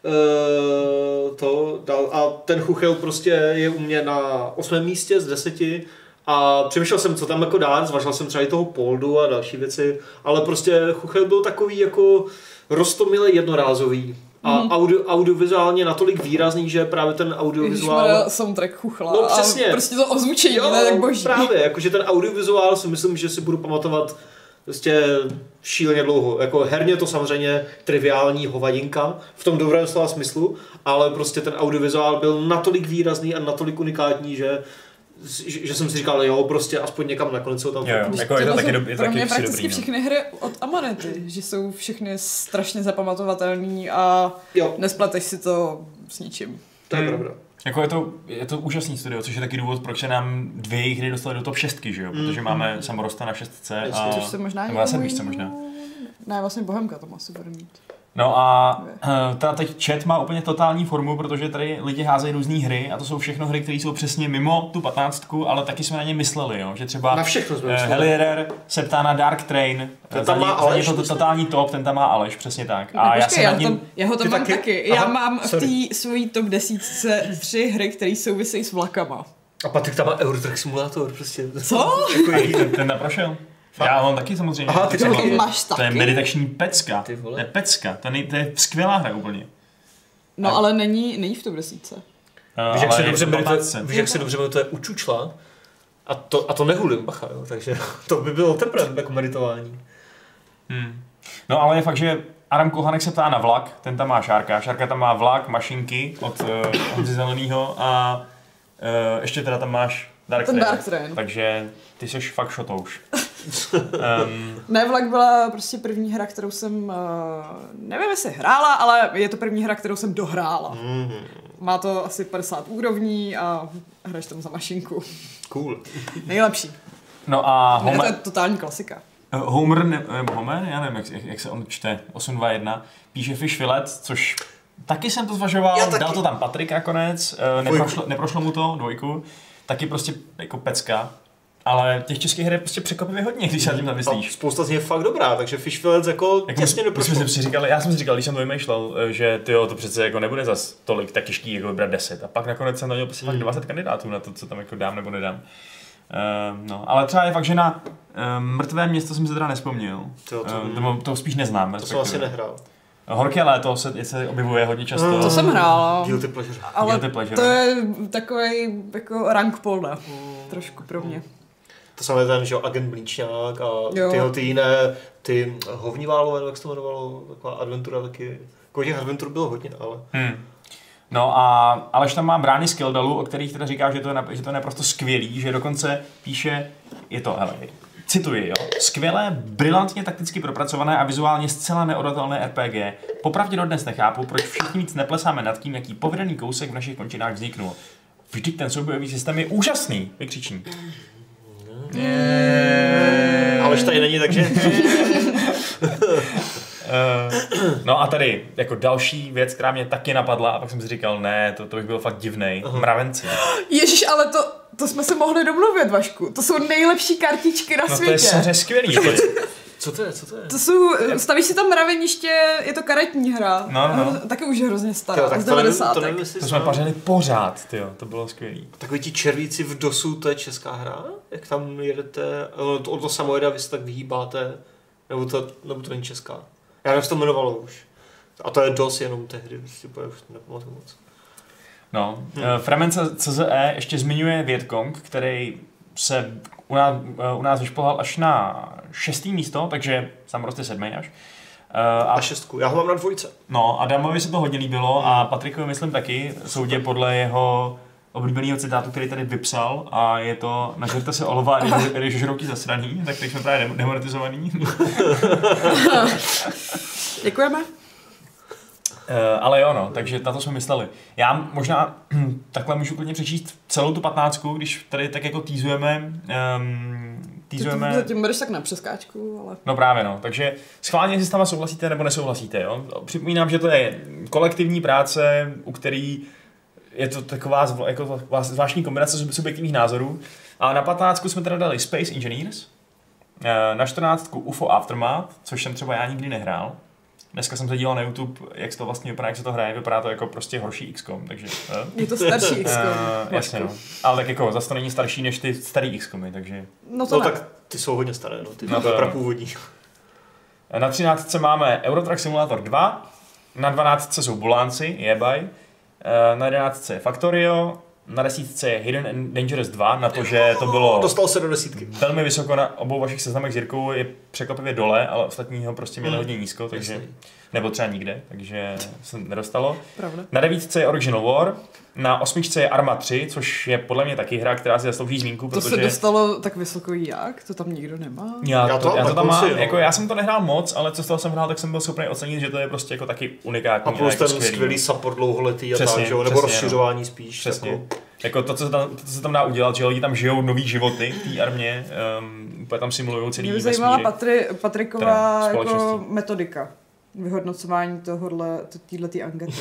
a ten Chuchel prostě je u mě na 8. místě z 10 a přemýšlel jsem, co tam jako dát, zvažil jsem třeba i toho Poldu a další věci, ale prostě Chuchel byl takový jako roztomile jednorázový a audiovizuálně natolik výrazný, že právě ten audiovizuál... Ježišmarja, soundtrack Chuchla. No přesně. A prostě to ozvučení, ne tak boží. Právě, jakože ten audiovizuál si myslím, že si budu pamatovat prostě šíleně dlouho. Jako herně to samozřejmě triviální hovadinka v tom dobrém slova smyslu, ale prostě ten audiovizuál byl natolik výrazný a natolik unikátní, že jsem si říkal, jo, prostě aspoň někam nakonec jsou tam. Jo, jako je to taky dobrý. Pro mě prakticky všechny hry od Amanety, že jsou všechny strašně zapamatovatelný a nespleteš si to s ničím. To je pravda. Jako je to úžasný studio, což je taky důvod, proč se nám 2 jejich hry dostaly do top 6, že jo? Protože máme Samorosta na 6 a... Což se možná nebo na 7 možná. Ne, vlastně Bohemka tam asi bude mít. No a teda teď chat má úplně totální formu, protože tady lidi házejí různé hry a to jsou všechno hry, které jsou přesně mimo tu 15, ale taky jsme na ně mysleli, jo? Že třeba na všechno jsme Helierer se ptá na Dark Train, ten tam má Aleš, to totální top, ten tam má Aleš, přesně tak. A já ho tam mám taky. Já mám v té svojí top 10 3 hry, které souvisejí s vlakama. A Patrik tam má Eurotrack Simulator, prostě. Co? Ten neprošel. Já mám taky samozřejmě. Aha, ty máš taky? To je meditační pecka. To je pecka. To je skvělá hra úplně. No ale není v top 10. Víš, jak se dobře medituje u čučla? A to nehulím, bacha, jo. Takže to by bylo teprve jako meditování. No ale je fakt, že Adam Kohanek se ptá na vlak, ten tam má Šárka. Šárka tam má vlak, mašinky od Honzy Zelenýho a ještě teda tam máš Dark Train. Takže ty jsi fakt šotouš. Ne, vlak byla prostě první hra, kterou jsem, nevím jestli hrála, ale je to první hra, kterou jsem dohrála. Má to asi 50 úrovní a hraješ tam za mašinku. Cool. Nejlepší. No a Homer... To je totální klasika. Homer, já nevím, jak se on čte, 821, píše Fish Fillet, což taky jsem to zvažoval, dal to tam Patrik nakonec, neprošlo mu to, 2, taky prostě jako pecka. Ale těch českých her je prostě překvapivě hodně, když se nad tím zamyslíš. Spousta z nich je fakt dobrá, takže Fish Fillet jako těsně neprošlo. Já jsem si říkal, když jsem to vymýšlel, že to přece jako nebude zas tolik tak těžký jako vybrat 10. A pak nakonec jsem měl prostě 20 kandidátů na to, co tam jako dám nebo nedám. No, ale třeba je fakt, že na Mrtvé město jsem se teda nespomněl. To spíš neznám. To jsem asi nehrál. Horké léto se objevuje hodně často. To jsem hrála. Guilty Pleasure. Ale to je takový jako rank polda. Trošku pro mě. To samé ten, že agent Blíčňák a ty jiné, ty Hovniválové, jak se to jmenovalo, taková adventura taky. Jako těch adventur bylo hodně, ale... No a Aleš tam má Brány z Keldalu, o kterých teda říká, že to je naprosto skvělý, že dokonce píše, cituji, jo, skvělé, brilantně takticky propracované a vizuálně zcela neodolatelné RPG. Popravdě dodnes nechápu, proč všichni víc neplesáme nad tím, jaký povedený kousek v našich končinách vzniknul. Vždyť ten soubojový systém je úžasný, vykřičník. Aleš tady není, takže... No a tady jako další věc, která mě taky napadla, a pak jsem si říkal, ne, to bych byl fakt divnej. Mravenci. Ježíš, ale to jsme se mohli domluvit, Vašku. To jsou nejlepší kartičky na světě. No to je samozřejmě skvělý. Co to je? To jsou, stavíš si tam mraveniště, je to karetní hra. No. Taky už je hrozně stará, tak z 90. To jsme pařili pořád, tyjo, to bylo skvělý. Takový ti červíci v DOSu, to je česká hra? Jak tam jedete, od to samojeda vy se tak vyhýbáte, nebo to není česká? Já nevím, jak se to jmenovalo už. A to je DOS jenom tehdy, už nepamatuju moc. No, Fremenca CZE ještě zmiňuje Vietcong, který se u nás vyšplhal až na 6. místo, takže sam roste 7. až. A 6. Já ho mám na 2. No, Adamovi se to hodně líbilo a Patrikovi myslím taky, soudě podle jeho oblíbeného citátu, který tady vypsal, a je to nažerte se olova, když žrouti zasraný, tak teď jsme právě demonetizovaný. Děkujeme. Ale jo, no, takže na to jsme mysleli. Já možná takhle můžu klidně přečíst celou tu 15, když tady tak jako týzujeme. Zatím budeš tak na přeskáčku, ale... No právě no, takže schválně, jestli s náma souhlasíte nebo nesouhlasíte, jo. Připomínám, že to je kolektivní práce, u který je to taková zvláštní kombinace subjektivních názorů. A na 15 jsme teda dali Space Engineers, na 14 UFO Aftermath, což jsem třeba já nikdy nehrál. Dneska jsem se díval na YouTube, jak to vlastně vypadá, jak se to hraje, vypadá to jako prostě horší XCOM, takže... Je to starší XCOM. Jasně, no. Ale tak jako zase to není starší než ty starý XCOmy, takže... No to tak ty jsou hodně staré, no, ty no to prapůvodní. Na 13 máme Eurotruck Simulator 2, na 12 jsou Bulánci, jebaj, na 11 je Factorio, na 10 je Hidden and Dangerous 2, na to, že to bylo... Dostal se do 10. Velmi vysoko na obou vašich seznamech s Jirkou, je překvapivě dole, ale ostatní ho prostě měli hodně nízko, takže... Nebo třeba nikde, takže se nedostalo. Pravda. Na 9 je Original War, na 8 je Arma 3, což je podle mě taky hra, která si zaslouží zmínku, protože... To se dostalo tak vysoko jak? To tam nikdo nemá? Já to tam mám, jako já jsem to nehrál moc, ale co z toho jsem hrál, tak jsem byl schopný ocenit, že to je prostě jako taky unikátní. A plus ten skvělý support dlouholetý a tak, že? Nebo rozšiřování spíš. Přesně. Jako to, co se tam dá udělat, že lidi tam žijou nový životy v té armě, úplně tam simulujou celý vesmíry. Mě zajímala Patriková jako metodika vyhodnocování téhletý ankety.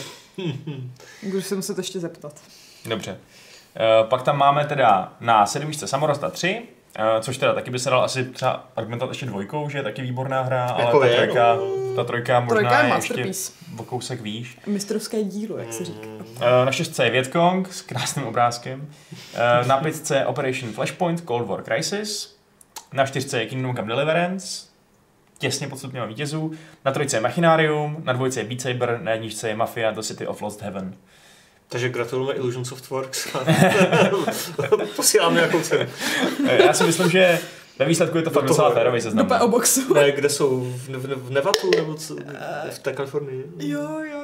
Když se muset ještě zeptat. Dobře. Pak tam máme teda na 7. Samorosta 3, což teda taky by se dal asi třeba argumentovat ještě 2, že je taky výborná hra, jako ale ta trojka možná je ještě o kousek výš. Mistrovské dílo, jak se říká. Na 6 je Vietcong s krásným obrázkem. Na 5 je Operation Flashpoint Cold War Crisis. Na 4 je Kingdom Come Deliverance, těsně pod stupněm vítězů. Na 3 je Machinarium, na 2 je Beat Saber, na 1 je Mafia The City of Lost Heaven. Takže gratulujeme Illusion Softworks. Posíláme nějakou cenu. Já si myslím, že ve výsledku je to fakt docela férový seznam. Do PO Boxu. Ne, kde jsou? V Nevadu nebo v té Kalifornii? Jo.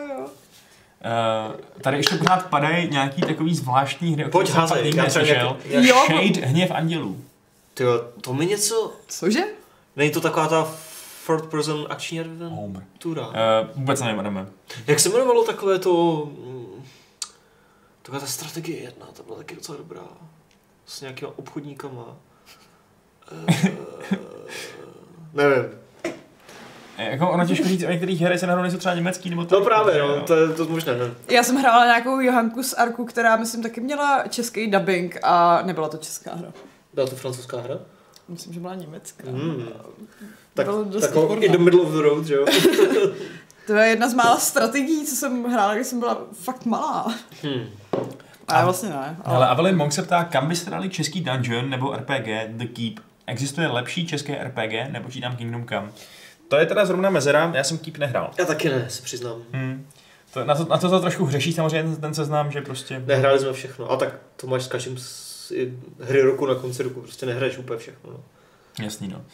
Tady ještě pořád padají nějaký takový zvláštní hry, o kterých jsem fakt nikdy neslyšel. Shade, Hněv andělů. Tyjo, to mi něco... Cože? Není to taková ta third person akční adventura? Vůbec nevím, Adame. Jak se jmenovalo takové to... Taková ta strategie 1, ta byla taky docela dobrá. S nějakýma obchodníkama. Nevím. Jako ono těžko říct, o některých her se nahrou nejsou třeba německý nebo to. No právě, no, to je to možné, ne? Já jsem hrála nějakou Johanku z Arku, která myslím taky měla český dubbing a nebyla to česká hra. Byla to francouzská hra? Myslím, že byla německá. Tak in the middle of the road, že jo? To je jedna z mála strategií, co jsem hrála, když jsem byla fakt malá. Ale vlastně ne. Ale Avelin Monk se ptá, kam byste dali český dungeon nebo RPG The Keep? Existuje lepší české RPG, nepočítám Kingdom Come? To je teda zrovna mezera, já jsem Keep nehrál. Já taky ne, se přiznám. Na to trošku hřeší samozřejmě ten seznam, že prostě... Nehráli jsme všechno, a tak to máš s každým hry roku na konci roku, prostě nehraješ úplně všechno. No. Jasný, no.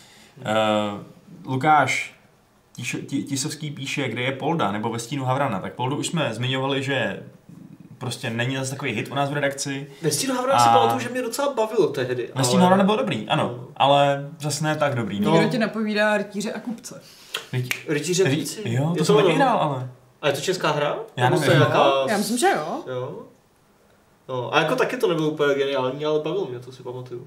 Lukáš Tisovský píše, kde je Polda, nebo ve stínu Havrana. Tak Poldu už jsme zmiňovali, že prostě není zase takový hit u nás v redakci. Ve stínu Havrana si pamatuju, že mě docela bavilo tehdy. Ve stínu Havrana byl dobrý, ano, ale zase ne tak dobrý. Nikdo ti napovídá Rytíře a kupce. Rytíře a kupci? Jo, to jsem taky hrál, ale... A je to česká hra? Já nevím. Já myslím, že jo. No, a jako taky to nebylo úplně geniální, ale bavilo mě, to si pamatuju.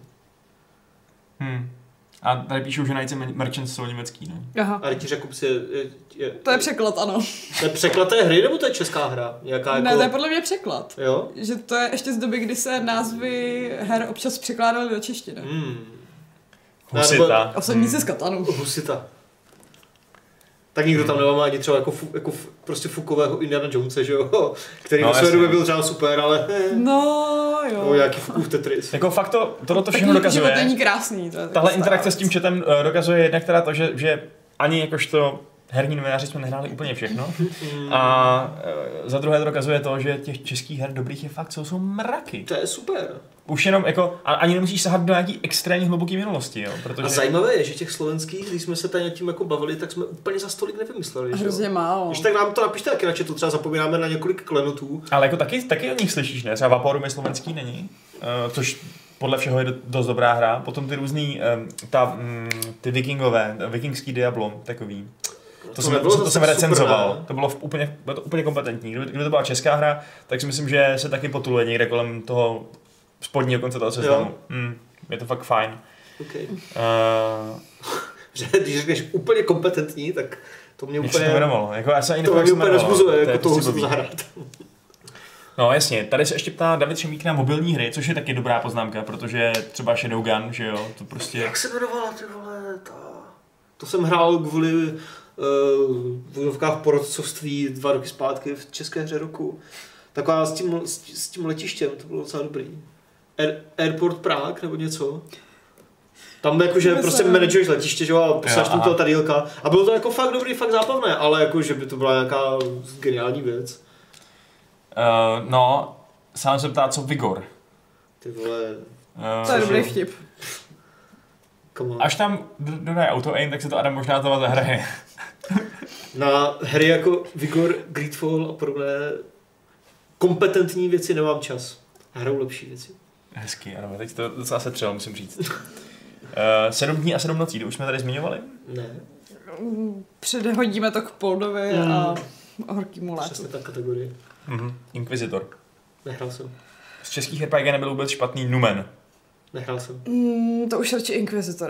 A tady píšou, že Knights Merchants jsou německý, no. Aha. A Rytíř Jakub si To je překlad, ano. To je překlad té hry, nebo to je česká hra? Nějaká Ne, jako... to je podle mě překlad. Jo? Že to je ještě z doby, kdy se názvy her občas překládaly do češtiny. Husita. Osadníci z Katanu. Husita. Tak nikdo tam nemáme ani třeba jako prostě fukového Indiana Jonese, že jo? Který na své době byl třeba super, ale... No, jo. No, nějaký Fukův Tetris. Jako fakt tohle to všechno dokazuje. Život není krásný. To je Tahle interakce s tím chatem dokazuje jednak teda to, že ani jakožto herní novináři jsme nehráli úplně všechno. A za druhé to dokazuje to, že těch českých her dobrých je fakt, co jsou mraky. To je super. Už jenom jako, ani nemusíš sahat do nějaký extrémně hluboké minulosti, jo, protože... A zajímavé je, že těch slovenských, když jsme se tady nad tím jako bavili, tak jsme úplně za stolik nevymysleli. Hrozně málo. Když tak nám to napište taky na chatu, třeba zapomínáme na několik klenotů. Ale jako taky o nich slyšíš, ne? Třeba Vaporum je slovenský, není? Což podle všeho je dost dobrá hra. Potom ty různý, ty vikingové, vikingský Diablo, takový. To jsem recenzoval. To bylo úplně kompetentní. Kdyby to byla česká hra, tak si myslím, že se taky potuluje někde kolem toho spodního konce toho seznamu. Je to fakt fajn. Okay. Že když řekneš úplně kompetentní, tak to mě úplně... Jako já se ani to mě úplně nezbuzuje, jako toho musím zahrát. No jasně, tady se ještě ptá David Šemík na mobilní hry, což je taky dobrá poznámka, protože třeba Shadowgun, že jo, to prostě... Jak se jmenovala, ty vole, to jsem hrál kvůli v úvodovkách porodcovství 2 roky zpátky v české hře roku. Taková s tím letištěm, to bylo docela dobrý. Airport Prague nebo něco. Tam jakože prostě manažuješ letiště, že jo, a posláš tam toho tadílka. A bylo to jako fakt dobrý, fakt zábavné, ale jako, že by to byla nějaká geniální věc. No, sám se ptá, co Vigor. Ty vole... To je dobrý vtip. Až tam dodají auto-aim, tak se to Adam možná znova zahraje. Na hry jako Vigor, Greedfall a podobné kompetentní věci nemám čas. Hraju lepší věci. Hezky, ano, teď to docela setřel, musím říct. 7 dní a 7 nocí, to už jsme tady zmiňovali? Ne. Předhodíme to k Poldovi a horkýmu létu. Přesně ta kategorie. Inquisitor. Nehrál jsem. Z českých RPG nebyl vůbec špatný Numen. Nehrál jsem. To už radši Inquisitor.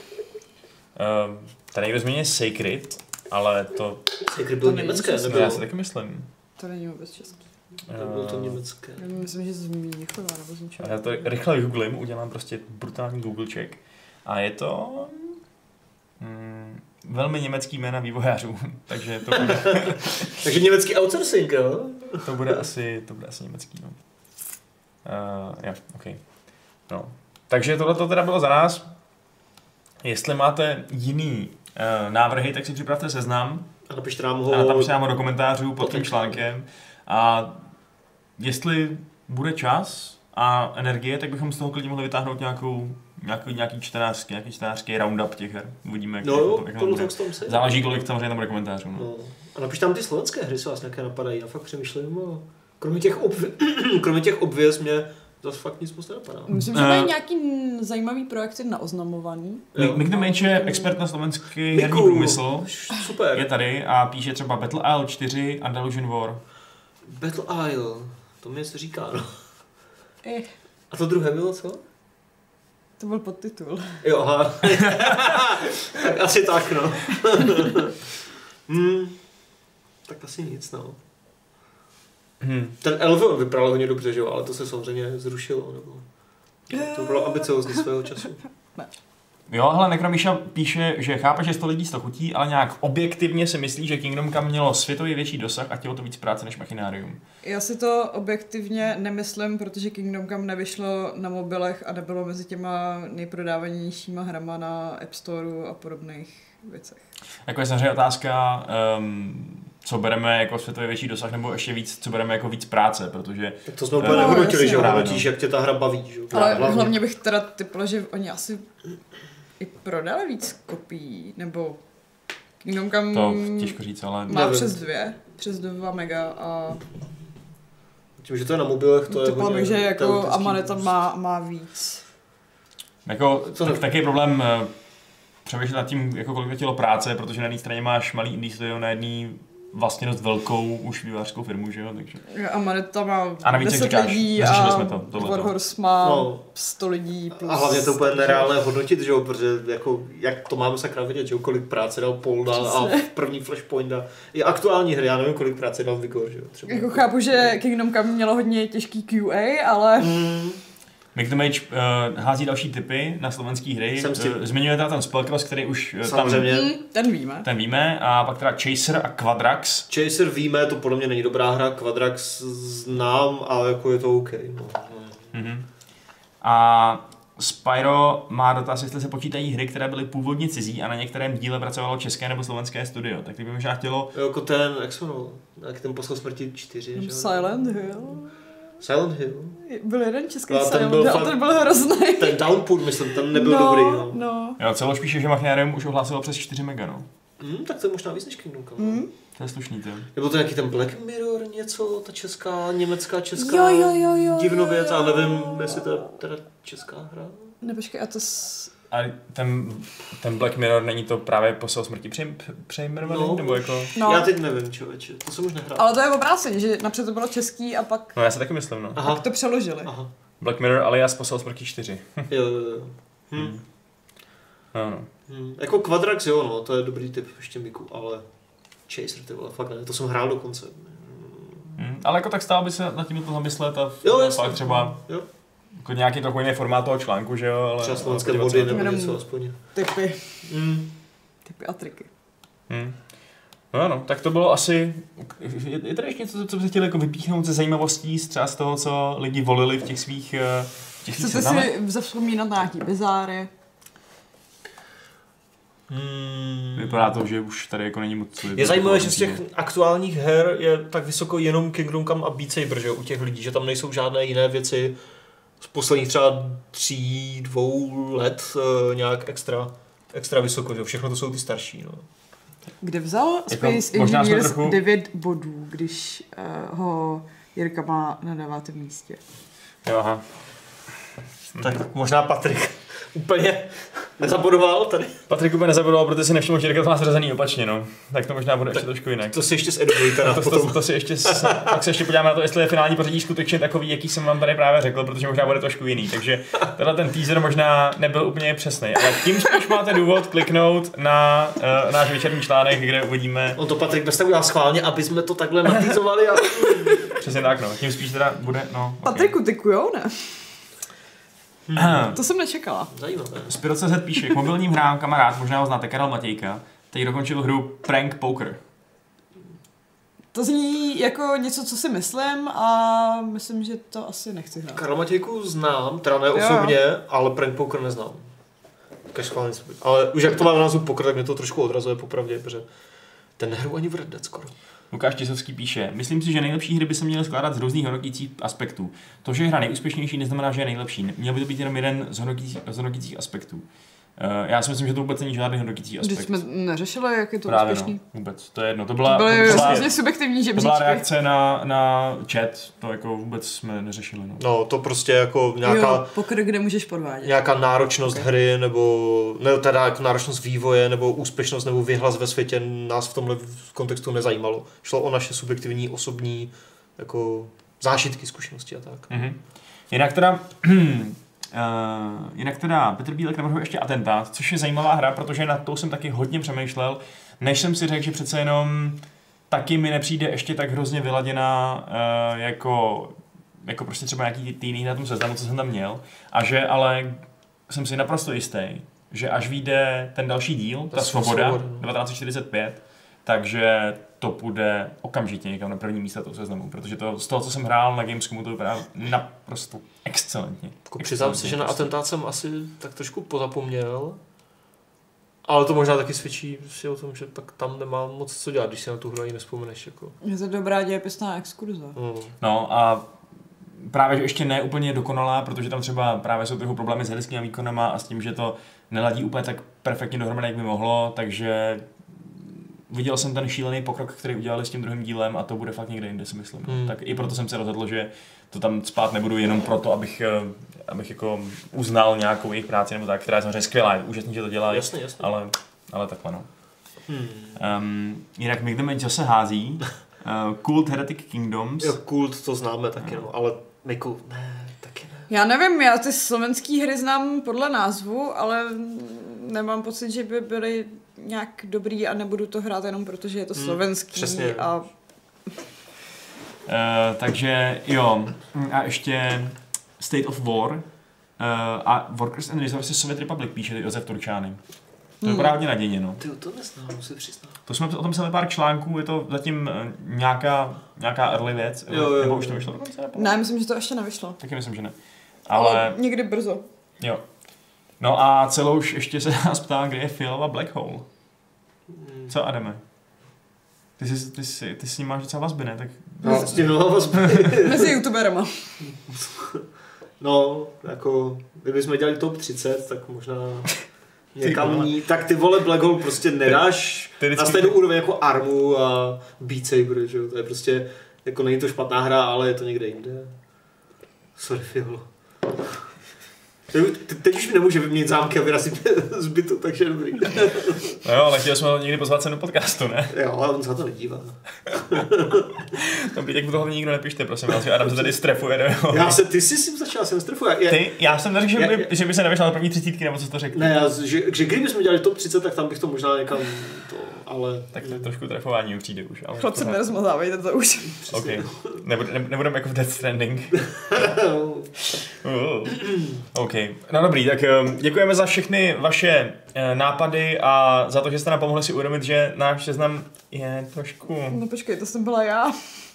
Tady někdo změní Sacred, ale to... Sacred bylo německé, nebylo? Já si taky myslím. To není vůbec český. Bylo to německé. Myslím, že z Mnichová nebo z ničeho. Já to rychle googlím, udělám prostě brutální Google check. A je to... velmi německý jména vývojářů, takže to bude... Takže německý outsourcing, jo? To bude asi německý, no. Okay. No. Takže tohle to teda bylo za nás. Jestli máte jiný návrhy, tak si připravte seznam. A napište nám ho do komentářů pod tím článkem. A jestli bude čas a energie, tak bychom z toho klidně mohli vytáhnout nějaký čtenářský roundup těch her. Uvidíme, jak to bude. Záleží, kolik samozřejmě tam bude komentářů. No. A napište tam ty slovenské hry, se vás nějaké napadají. Já fakt přemýšlím, kromě těch obvěz mě zase fakt nic moc nenapadá. Myslím, že mají nějaký zajímavý projekty na oznamovaný. Mick Mage je expert na slovenský herní průmysl. Super. Je tady a píše třeba Battle Isle 4 a Delusion War. Battle Isle, to mi něco říká, no. A to druhé bylo co? To byl podtitul. Jo, aha. Tak asi tak, no. Tak asi nic, no. Ten Elveon vypadal hodně dobře, že jo, ale to se samozřejmě zrušilo, nebo... To bylo ambiciozní svého času. Ne. Jo, hele, Nekromíša píše, že chápe, že 100 lidí 100 chutí, ale nějak objektivně si myslí, že Kingdom Come mělo světový větší dosah a chtělo to víc práce než Machinarium. Já si to objektivně nemyslím, protože Kingdom Come nevyšlo na mobilech a nebylo mezi těma nejprodávanějšíma hrama na App Storeu a podobných věcech. Jako je samozřejmě otázka, co bereme jako světový větší dosah, nebo ještě víc, co bereme jako víc práce, protože... Tak to jsme úplně nehodnotili, že hodnotíš, jak tě ta hra baví, že jo? Ale hlavně bych teda typla, že oni asi i prodali víc kopií, nebo Kingdom Come to těžko říct, ale... má přes 2 mega a... Tím, že to je na mobilech, to je hodně... Typla, že jako Amanita má víc. Jako, taky je problém přemýšlet nad tím, jako kolik to tělo práce, protože na jedné straně máš malý indie studio, na jedné vlastně dost velkou už vývojářskou firmu, že jo, takže. A Manetta má A navíc, 10 jak říkáš, lidí neřešili a jsme to, tohleto. Warhorse má No. 100 lidí plus... A hlavně to úplně nereálné hodnotit, že jo, protože jako, jak to máme sakra vidět, že jo, kolik práce dal Paul dal a první Flashpoint a i aktuální hry, já nevím, kolik práce dal Vigor, že jo. Třeba. Jako chápu, že Kingdom Come mělo hodně těžký QA, ale... Mage hází další typy na slovenský hry. Zmiňuje teda ten Spellcross, který už samozřejmě. Ten víme. Ten víme. A pak teda Chaser a Quadrax. Chaser víme, to podle mě není dobrá hra, Quadrax znám, ale jako je to OK. No. A Spyro má dotaz, jestli se počítají hry, které byly původně cizí a na některém díle pracovalo české nebo slovenské studio. Tak by možná chtělo... Jako ten, jak se jmenoval, jak ten Poslal smrti 4, že? Silent Hill. Silent Hill. Byl jeden český No, Silent Hill a ten byl hrozný. Ten Downpour, myslím, ten nebyl dobrý. No. Jo, Celoš píše, že Machinarium už ohlásilo přes 4 mega, no. Tak to je možná víc než Kingdom Come. To je slušný, to. Nebo to nějaký ten Black Mirror něco, ta česká, německá, česká Jo. divnověc, ale nevím, jestli to je teda česká hra. Počkej, a to... A ten Black Mirror není to právě Posel smrti přejmenovaný? No, nebo jako... No. Já teď nevím, člověče, to jsem už nehrál. Ale to je obráceně, že napřed to bylo český a pak... No já si taky myslím, no. Pak to přeložili. Aha. Black Mirror alias Posel smrti 4. Jo. No. Jako Quadrax, jo, no, to je dobrý tip ještě Miku, ale Chaser, ty vole, fakt ne, to jsem hrál dokonce. Ale jako tak stálo by se nad tím to zamyslet a pak třeba jako nějaký trochu jiný formát toho článku, že jo, ale... Třeba slovenské body nebo něco aspoň. Typy. Typy a triky. No, tak to bylo asi... Je tady ještě něco, co byste chtěli jako vypíchnout ze zajímavostí třeba z toho, co lidi volili v těch svých Chcete si zavzpomínat na nějaký bizáry? Vypadá to, že už tady jako není moc... Je zajímavé, že z těch aktuálních her je tak vysoko jenom Kingdom Come a Beat Saber, že jo, u těch lidí, že tam nejsou žádné jiné věci z posledních třeba 3-2 let nějak extra vysoko, že všechno to jsou ty starší, no. Kde vzal Space jako, Engineers trochu... 9 bodů, když ho Jirka má na 9. místě? Jo, aha. Tak možná Patrik úplně nezabodoval tady. Patrik úplně nezabodoval, protože si nevšiml, že Jirka to má zřazený opačně, no. Tak to možná bude ještě trošku jinak. To si ještě zedukujte na potom. To si ještě, tak se ještě podíváme na to, jestli je finální pořadí skutečně takový, jaký jsem vám tady právě řekl, protože možná bude trošku jiný. Takže tenhle ten teaser možná nebyl úplně přesný, ale tím spíš máte důvod kliknout na náš večerní článek, kde uvidíme. On to Patrik bez tak udělal schválně, aby jsme to takhle natýzovali a... Přesně tak, no. Tím spíš teda bude, no. Okay. Patriku, ty kujou, ne? To jsem nečekala. Zajímavé. Spiro.cz píše, k mobilním hrám kamarád, možná ho znáte, Karel Matějka, teď dokončil hru Prank Poker. To zní jako něco, co si myslím a myslím, že to asi nechci hrát. Karla Matějku znám, teda ne osobně, ale Prank Poker neznám. Ale už jak to má v názvu poker, tak mě to trošku odrazuje popravdě, protože ten nehru ani v Red Dead skoro. Lukáš Tisovský píše, myslím si, že nejlepší hry by se měly skládat z různých hodnotících aspektů. To, že je hra nejúspěšnější, neznamená, že je nejlepší. Měl by to být jenom jeden z hodnotících aspektů. Já si myslím, že to vůbec není žádný hodnotící aspekt. Když jsme neřešili, jak je to právě úspěšný. No, vůbec, to je jedno. To byly vlastně subjektivní žebříčky. To byla reakce na chat, to jako vůbec jsme neřešili. No to prostě jako nějaká... poker, kde můžeš podvádět. Nějaká náročnost hry, nebo teda jako náročnost vývoje, nebo úspěšnost, nebo vyhlas ve světě nás v tomhle kontextu nezajímalo. Šlo o naše subjektivní, osobní jako zážitky, zkušenosti a tak. Jinak teda Petr Bílek navrhuje ještě Atentát, což je zajímavá hra, protože na to jsem taky hodně přemýšlel, než jsem si řekl, že přece jenom taky mi nepřijde ještě tak hrozně vyladěná jako prostě třeba nějaký ty jiný na tom seznamu, co jsem tam měl, a že ale jsem si naprosto jistý, že až vyjde ten další díl, ta Svoboda, 1945, takže to půjde okamžitě někam na první místa toho seznamu, protože to, z toho, co jsem hrál na Gamescomu, to vypadá naprosto excelentně. Přiznám si, že na Atentát jsem asi tak trošku pozapomněl, ale to možná taky svědčí si o tom, že pak tam nemá moc co dělat, když si na tu hru ani nevzpomeneš. Jako. Je to dobrá dějepisná exkurze. No a právě, že ještě ne úplně dokonalá, protože tam třeba právě jsou trochu problémy s herskými výkonama a s tím, že to neladí úplně tak perfektně dohromady, jak by mohlo, takže viděl jsem ten šílený pokrok, který udělali s tím druhým dílem a to bude fakt někde jinde, si myslím. Tak i proto jsem se rozhodl, že to tam spát nebudu jenom proto, abych jako uznal nějakou jejich práci nebo tak, která je samozřejmě skvělá, je úžasný, že to dělají, jasně. ale takhle no. Jinak Make the Match zase hází. Cult Heretic Kingdoms. Jo, Kult to známe taky, no, ale Miku, ne, taky ne. Já nevím, já ty slovenský hry znám podle názvu, ale nemám pocit, že by byly nějak dobrý a nebudu to hrát jenom proto, že je to slovenský. Přesně. A... Takže jo, a ještě State of War a Workers and Resources Soviet Republic píše Josef Turčány. To je právě nadějně, no. Ty to neznám, musím přiznat. To jsme o tom psali pár článků, je to zatím nějaká early věc, jo. Nebo už to vyšlo dokonce? Ne, myslím, že to ještě nevyšlo. Taky myslím, že ne. Ale někdy brzo. Jo. No a celou už ještě se nás ptá, kde je Philova Black Hole. Co, Adame? Ty s ním máš docela vazby, ne? Tak... No, s tím mám vazby. Mezi youtuberama. No, jako, kdybychom dělali top 30, tak možná někam ní, tak ty vole Black Hole prostě nedáš na stejnou úroveň jako Armu a Beat Saber, že jo, to je prostě, jako není to špatná hra, ale je to někde jinde. Sorry, Phil. Teď už mi nemůže vyměnit zámky a vyrazit z bytu, takže dobrý. No jo, ale chtěli jsme ho někdy pozvat sem do podcastu, ne? Jo, ale on se na to nedívá. Dobrý, tak tohle nikdo nepište, prosím vás, Adam se tady strefuje. Ty jsi s tím začal, jsem strefuje. Já jsem neřekl, že by se nevyšel na první 30, nebo co to řekl. Ne, že kdybychom dělali top 30, tak tam bych to možná někam to, ale... Tak to trošku trefování přijde už. Chlapci, nerozmazávejte to už. OK, nebudeme jako v Death Stranding. OK, no dobrý, tak děkujeme za všechny vaše nápady a za to, že jste nám pomohli si uvědomit, že náš seznam je trošku... No počkej, to jsem byla já.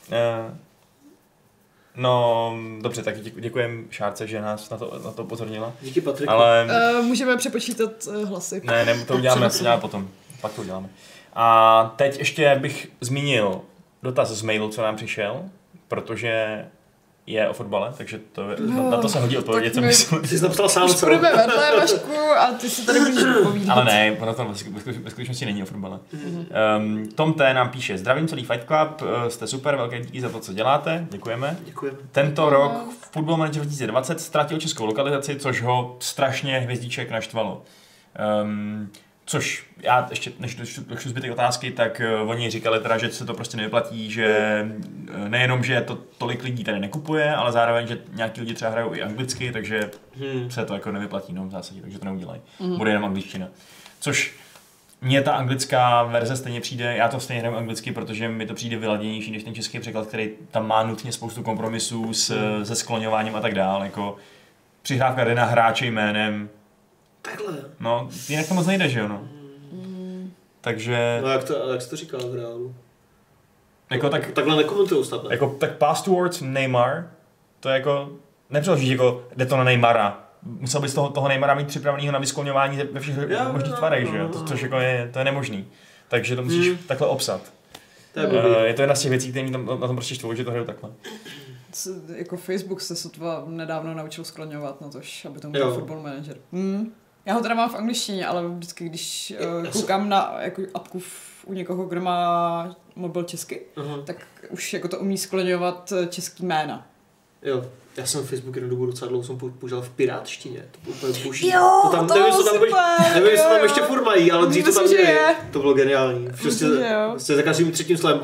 No, dobře, tak děkujeme Šárce, že nás na to upozornila. Díky, Patriku. Ale... můžeme přepočítat hlasy. Ne, to uděláme potom. Pak to uděláme. A teď ještě bych zmínil dotaz z mailu, co nám přišel, protože je o fotbale, takže na to se hodí odpovědět, co myslím. Ty jsi napsal sám, co? Půjdeme vedle, Vašku, a ty si tady budeš povídat. Ale ne, ono to ve skutečnosti není o fotbale. Tom T. nám píše: zdravím celý Fight Club, jste super, velké díky za to, co děláte, děkujeme. Tento rok v Football Manager 2020 ztratil českou lokalizaci, což ho strašně hvězdiček naštvalo. Což já ještě, než došlu zbytek otázky, tak oni říkali teda, že se to prostě nevyplatí, že nejenom, že to tolik lidí tady nekupuje, ale zároveň, že nějaký lidi třeba hrajou i anglicky, takže se to jako nevyplatí, no v zásadě, takže to neudělají. Bude jenom angličtina. Což mně ta anglická verze stejně přijde, já to stejně hraju anglicky, protože mi to přijde vyladěnější než ten český překlad, který tam má nutně spoustu kompromisů se skloňováním a tak dále, jako přihrávka jde na hráče jménem. Takhle. No, jinak to moc nejde, že jo, no. Takže... No jak se to říká v reálu? Jako takhle nekomentujou snad, ne? Jako tak pass towards Neymar, to je jako... Nepřeložíš jako, jde to na Neymara. Musel bys toho Neymara mít připravenýho na vyskloňování ve všech možných tvarech, že jo? Což jako to je nemožný. Takže to musíš takhle obsat. Je to jedna z těch věcí, které na tom prostě štvou, že to hrajou takhle. Jako Facebook se sotva nedávno naučil skloňovat na to, aby to byl Football Manager. Já ho teda mám v angličtině, ale vždycky, když koukám na jako apku u někoho, kdo má mobil česky, tak už jako to umí skloňovat český jména. Jo, já jsem Facebook jednu dobu docela dlouho jsem používal v pirátštině, to bylo úplně boží. Jo, to nevím, jestli tam ještě furt mají, ale dřív to tam měli. To bylo geniální. Prostě za každým třetím slovem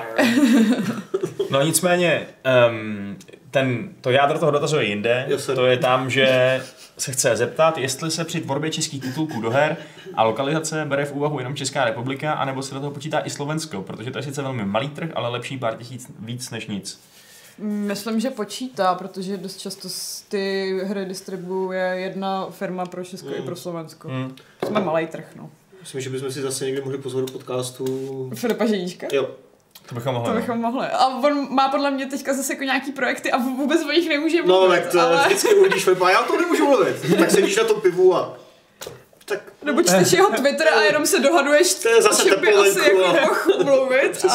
No nicméně, to jádro toho dotazu je jinde, to je tam, že se chce zeptat, jestli se při tvorbě českých titulků do her a lokalizace bere v úvahu jenom Česká republika, anebo se do toho počítá i Slovensko, protože to je sice velmi malý trh, ale lepší pár tisíc víc než nic. Myslím, že počítá, protože dost často ty hry distribuuje jedna firma pro Česko i pro Slovensko. Jsme malý trh, no. Myslím, že bychom si zase někdy mohli pozvat do podcastu Filipa Ženíčka? Jo. To bychom mohli. A on má podle mě teďka zase jako nějaký projekty a vůbec o nich nemůže mluvit. No, tak to ale... vždycky uvidíš Filipa, já to nemůžu mluvit. Tak sedíš na tom pivu a... Tak... Nebo čteš jeho Twitter a jenom se dohaduješ, to je zase o čem by asi jako mohl mluvit.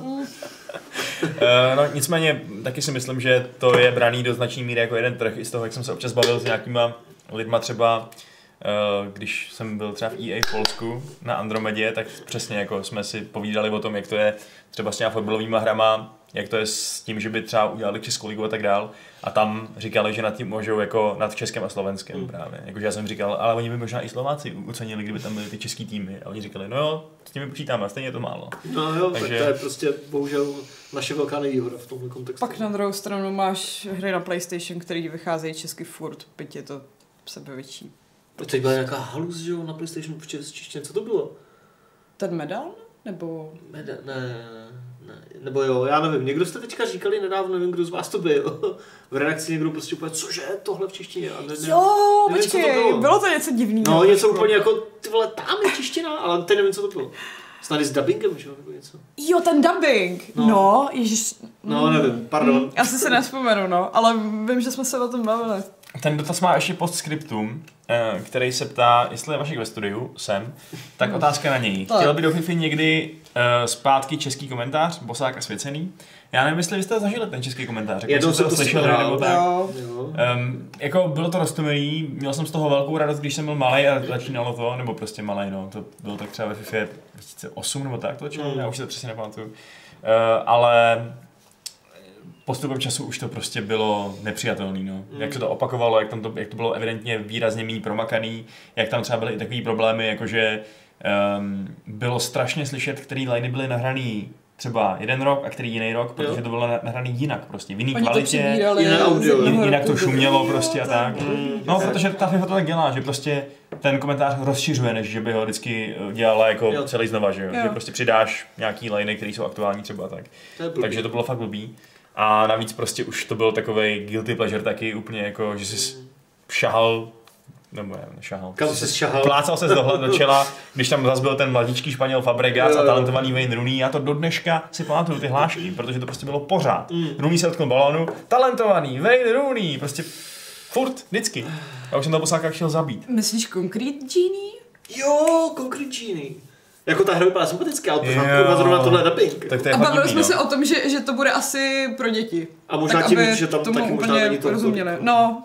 No nicméně taky si myslím, že to je braný do značné míry jako jeden trh. I z toho, jak jsem se občas bavil s nějakýma lidma třeba, když jsem byl třeba v EA v Polsku na Andromedě, tak přesně jako jsme si povídali o tom, jak to je třeba s těma fotbalovýma hrama jak to je s tím, že by třeba udělali Českou ligu a tak dál. A tam říkali, že nad tím můžou jako nad Českem a Slovenském právě. Jakože já jsem říkal, ale oni by možná i Slováci ocenili, kdyby tam byly ty český týmy. A oni říkali, no jo, s tím počítáme, stejně je to málo. No jo, takže... tak to je prostě bohužel naše velká nevýhoda v tomhle kontextu. Pak na druhou stranu máš hry na PlayStation, které vycházejí česky furt, byť je to sebevětší. Teď byla nějaká halus, že jo, na PlayStation v češtině, co to bylo? Ten medal? Nebo... Ne, nebo jo, já nevím, někdo jste teďka říkali nedávno, nevím, kdo z vás to byl, v redakci někdo prostě úplně, cože, tohle v češtině? Jo, počkej, bylo to něco divného. No, něco úplně jako, ty vole, tam je čeština, ale teď nevím, co to bylo. Snad i s dubbingem, že jo, nebo něco. Jo, ten dubbing, no ježiš. No, nevím, pardon. Asi se nespomenu, no, ale vím, že jsme se o tom bavili. Ten dotaz má ještě postscriptum, který se ptá, jestli je Vašek ve studiu, tak otázka na něj. Chtěl by do FIFA někdy zpátky český komentář, Bosák a Svěcený? Já nevím, jestli vy jste zažili ten český komentář. Jednou jsem to slyšeli, nebo tak. Jo. Jako bylo to roztomilý, měl jsem z toho velkou radost, když jsem byl malej a začínalo to, nebo prostě malej, no, to bylo tak třeba ve FIFA 2008 nebo tak to začalo, já už se to přesně nepamatuju. Ale postupem času už to prostě bylo nepřijatelné, no. Jak se to opakovalo, jak to bylo evidentně výrazně méně promakaný, jak tam třeba byly i takový problémy, jakože bylo strašně slyšet, který liney byly nahraný třeba jeden rok a který jiný rok, protože to bylo nahraný jinak prostě, v jiný kvalitě, jinak to šumělo prostě a tak. No, protože ta FIFA to tak dělá, že prostě ten komentář rozšiřuje, než že by ho vždycky dělala jako celý znova, že jo? Že prostě přidáš nějaký liney, které jsou aktuální třeba tak. Takže to bylo fakt blbý. A navíc prostě už to byl takovej guilty pleasure taky úplně jako, že jsi šahal, nebo nešahal. Kam jsi šahal? Plácal ses do čela, když tam zase byl ten mladíčký Španěl Fabregas a talentovaný Wayne Rooney. Já to do dneška si pamatuju ty hlášky, protože to prostě bylo pořád. Rooney se dotknul balónu, talentovaný Wayne Rooney, prostě furt, vždycky. Já už jsem toho Bosáka chtěl zabít. Myslíš Concrete Genie? Jo, Concrete Genie. Jako ta hra vypadá sympaticky, ale pořád zrovna tohle dubbing. A bavili jsme se o tom, že to bude asi pro děti. A možná tak, tím, že tam taky možná není to rozuměli. No.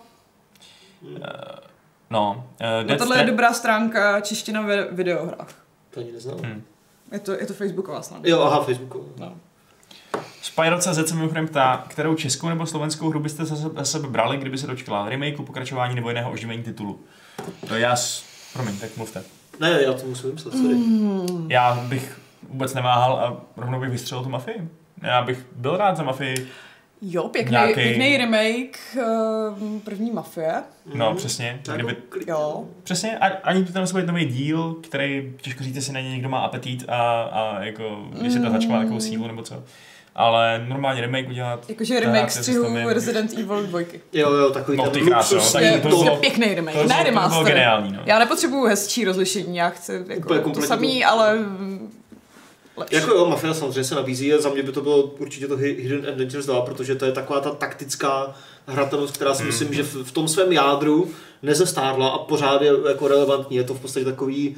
Tohle je dobrá stránka čeština ve videohrách. To ani neznám. Je to facebooková stránka. Jo, aha, facebooková. No. Spyro.cz se mimochodem ptá, kterou českou nebo slovenskou hru byste za sebe brali, kdyby se dočkala remakeu, pokračování nebo jiného oživení titulu? Promiň, tak mluvte. Ne, já to musím myslet, sorry. Já bych vůbec neváhal a rovnou bych vystřelil tu Mafii. Já bych byl rád za Mafii. Jo, pěkný remake první Mafie. No, přesně. Jo. Přesně, ani to tam musí být nový díl, který těžko říct, jestli na ně někdo má apetit a jako, jestli ta značka má takovou sílu nebo co. Ale normálně remake udělat. Jakože remake střihu Resident Evil 2. Jo, takový ten luxus. To bylo pěkný remake, ne remaster. To bylo geniální, no. Já nepotřebuju hezčí rozlišení, já chci jako to samý, ale lepší. Jako jo, Mafia samozřejmě se nabízí a za mě by to bylo určitě to Hidden Adventures 2, protože to je taková ta taktická hratelnost, která si myslím, že v tom svém jádru nezestárla a pořád je jako relevantní. Je to v podstatě takový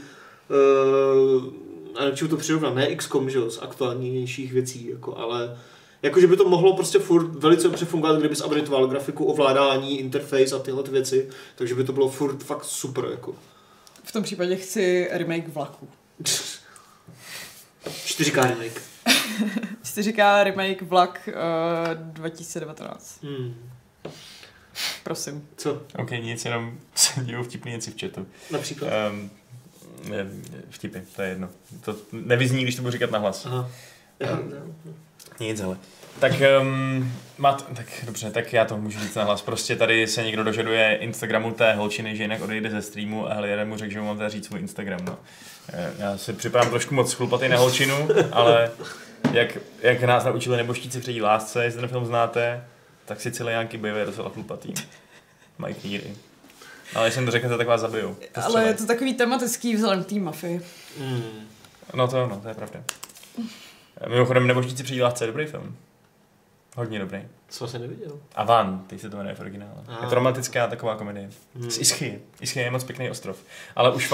a nečemu to přirovnat, ne XCOM, že jo, z aktuálnějších věcí, jako, ale jakože by to mohlo prostě furt velice dobře fungovat, kdyby updateoval grafiku, ovládání, interface a tyhle ty věci, takže by to bylo furt fakt super, jako. V tom případě chci remake Vlaku. 4K remake. 4K remake Vlak 2019. Prosím. Co? Ok, nic, jenom se dějou vtipný věci v chatu. Například? Vtipy, to je jedno. To nevyzní, když to budu říkat nahlas. Aha. Nic, hele. Tak, tak dobře, tak já to můžu říct nahlas. Prostě tady se někdo dožaduje Instagramu té holčiny, že jinak odejde ze streamu a Heliere mu řekl, že mu mám teda říct svůj Instagram. No. Já si připadám trošku moc chlupatý na holčinu, ale jak nás naučili neboštíci předí lásce, jestli ten film znáte, tak Siciliánky bývají docela chlupatý. Mají kníry. Ale když jsem to řekl, tak vás zabijou. Ale je to takový tematický vzhledem k té Mafii. No to je pravda. Mimochodem Nebožníci předí lásce je dobrý film. Hodně dobrý. Co jsem neviděl? Avan, teď se to jmenuje v originále. Je to romantická taková komedie. Z Ischie. Ischie je moc pěkný ostrov. Ale už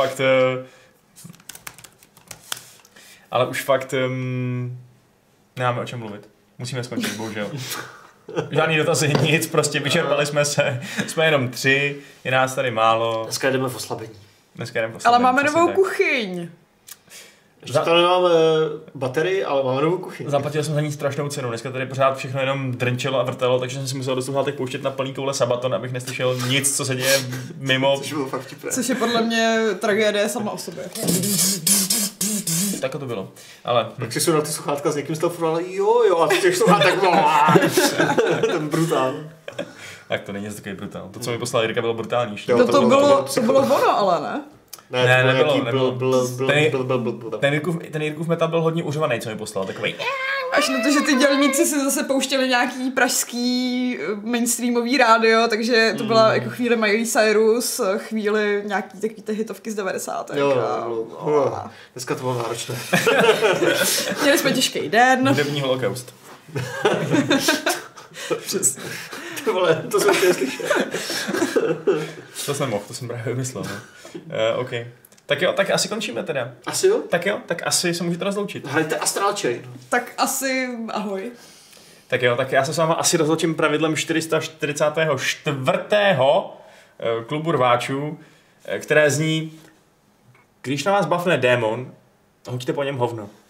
fakt nemáme o čem mluvit. Musíme skončit, bohužel. Žádný dotazy, nic, prostě vyčerpali jsme se. Jsme jenom 3, je nás tady málo. Dneska jdeme v oslabení. Ale máme novou kuchyň. Ještě tam nemáme baterii, ale máme novou kuchyni. Zaplatil jsem za ní strašnou cenu. Dneska tady pořád všechno jenom drnčelo a vrtelo, takže jsem si musel do sluchátek pouštět na plný koule Sabaton, abych neslyšel nic, co se děje mimo. Což bylo fakt vtipné. Což je podle mě tragédie sama o sobě. Tak to bylo. Ale Tak si na ty sluchátka s někým stavoval, jo, a ty těch sluchátek ten brutál. tak to není takový brutál. To, co mi poslal Jirka, bylo brutálnější. Jo, To bylo ono, ale ne? Ne, nebylo. Byl. Ten Jirkův metal byl hodně užovaný, co mi poslal. Takový. Až na to, že ty dělníci si zase pouštěli nějaký pražský mainstreamový rádio, takže to byla jako chvíli Miley Cyrus, chvíli nějaký takový ty hitovky z 90. Dneska to bylo náročné. Měli jsme těžký den. Hudební holokaust. Přesně. To jsem chtěl slyšet. To jsem mohl, to jsem právě vymyslel. No. OK. Tak jo, tak asi končíme teda. Asi jo? Tak jo, tak asi se můžete rozloučit. Hrajte Astral Chain. Tak asi ahoj. Tak jo, tak já se s váma asi rozloučím pravidlem 444. Klubu rváčů, které zní: když na vás bafne démon, hoďte po něm hovno.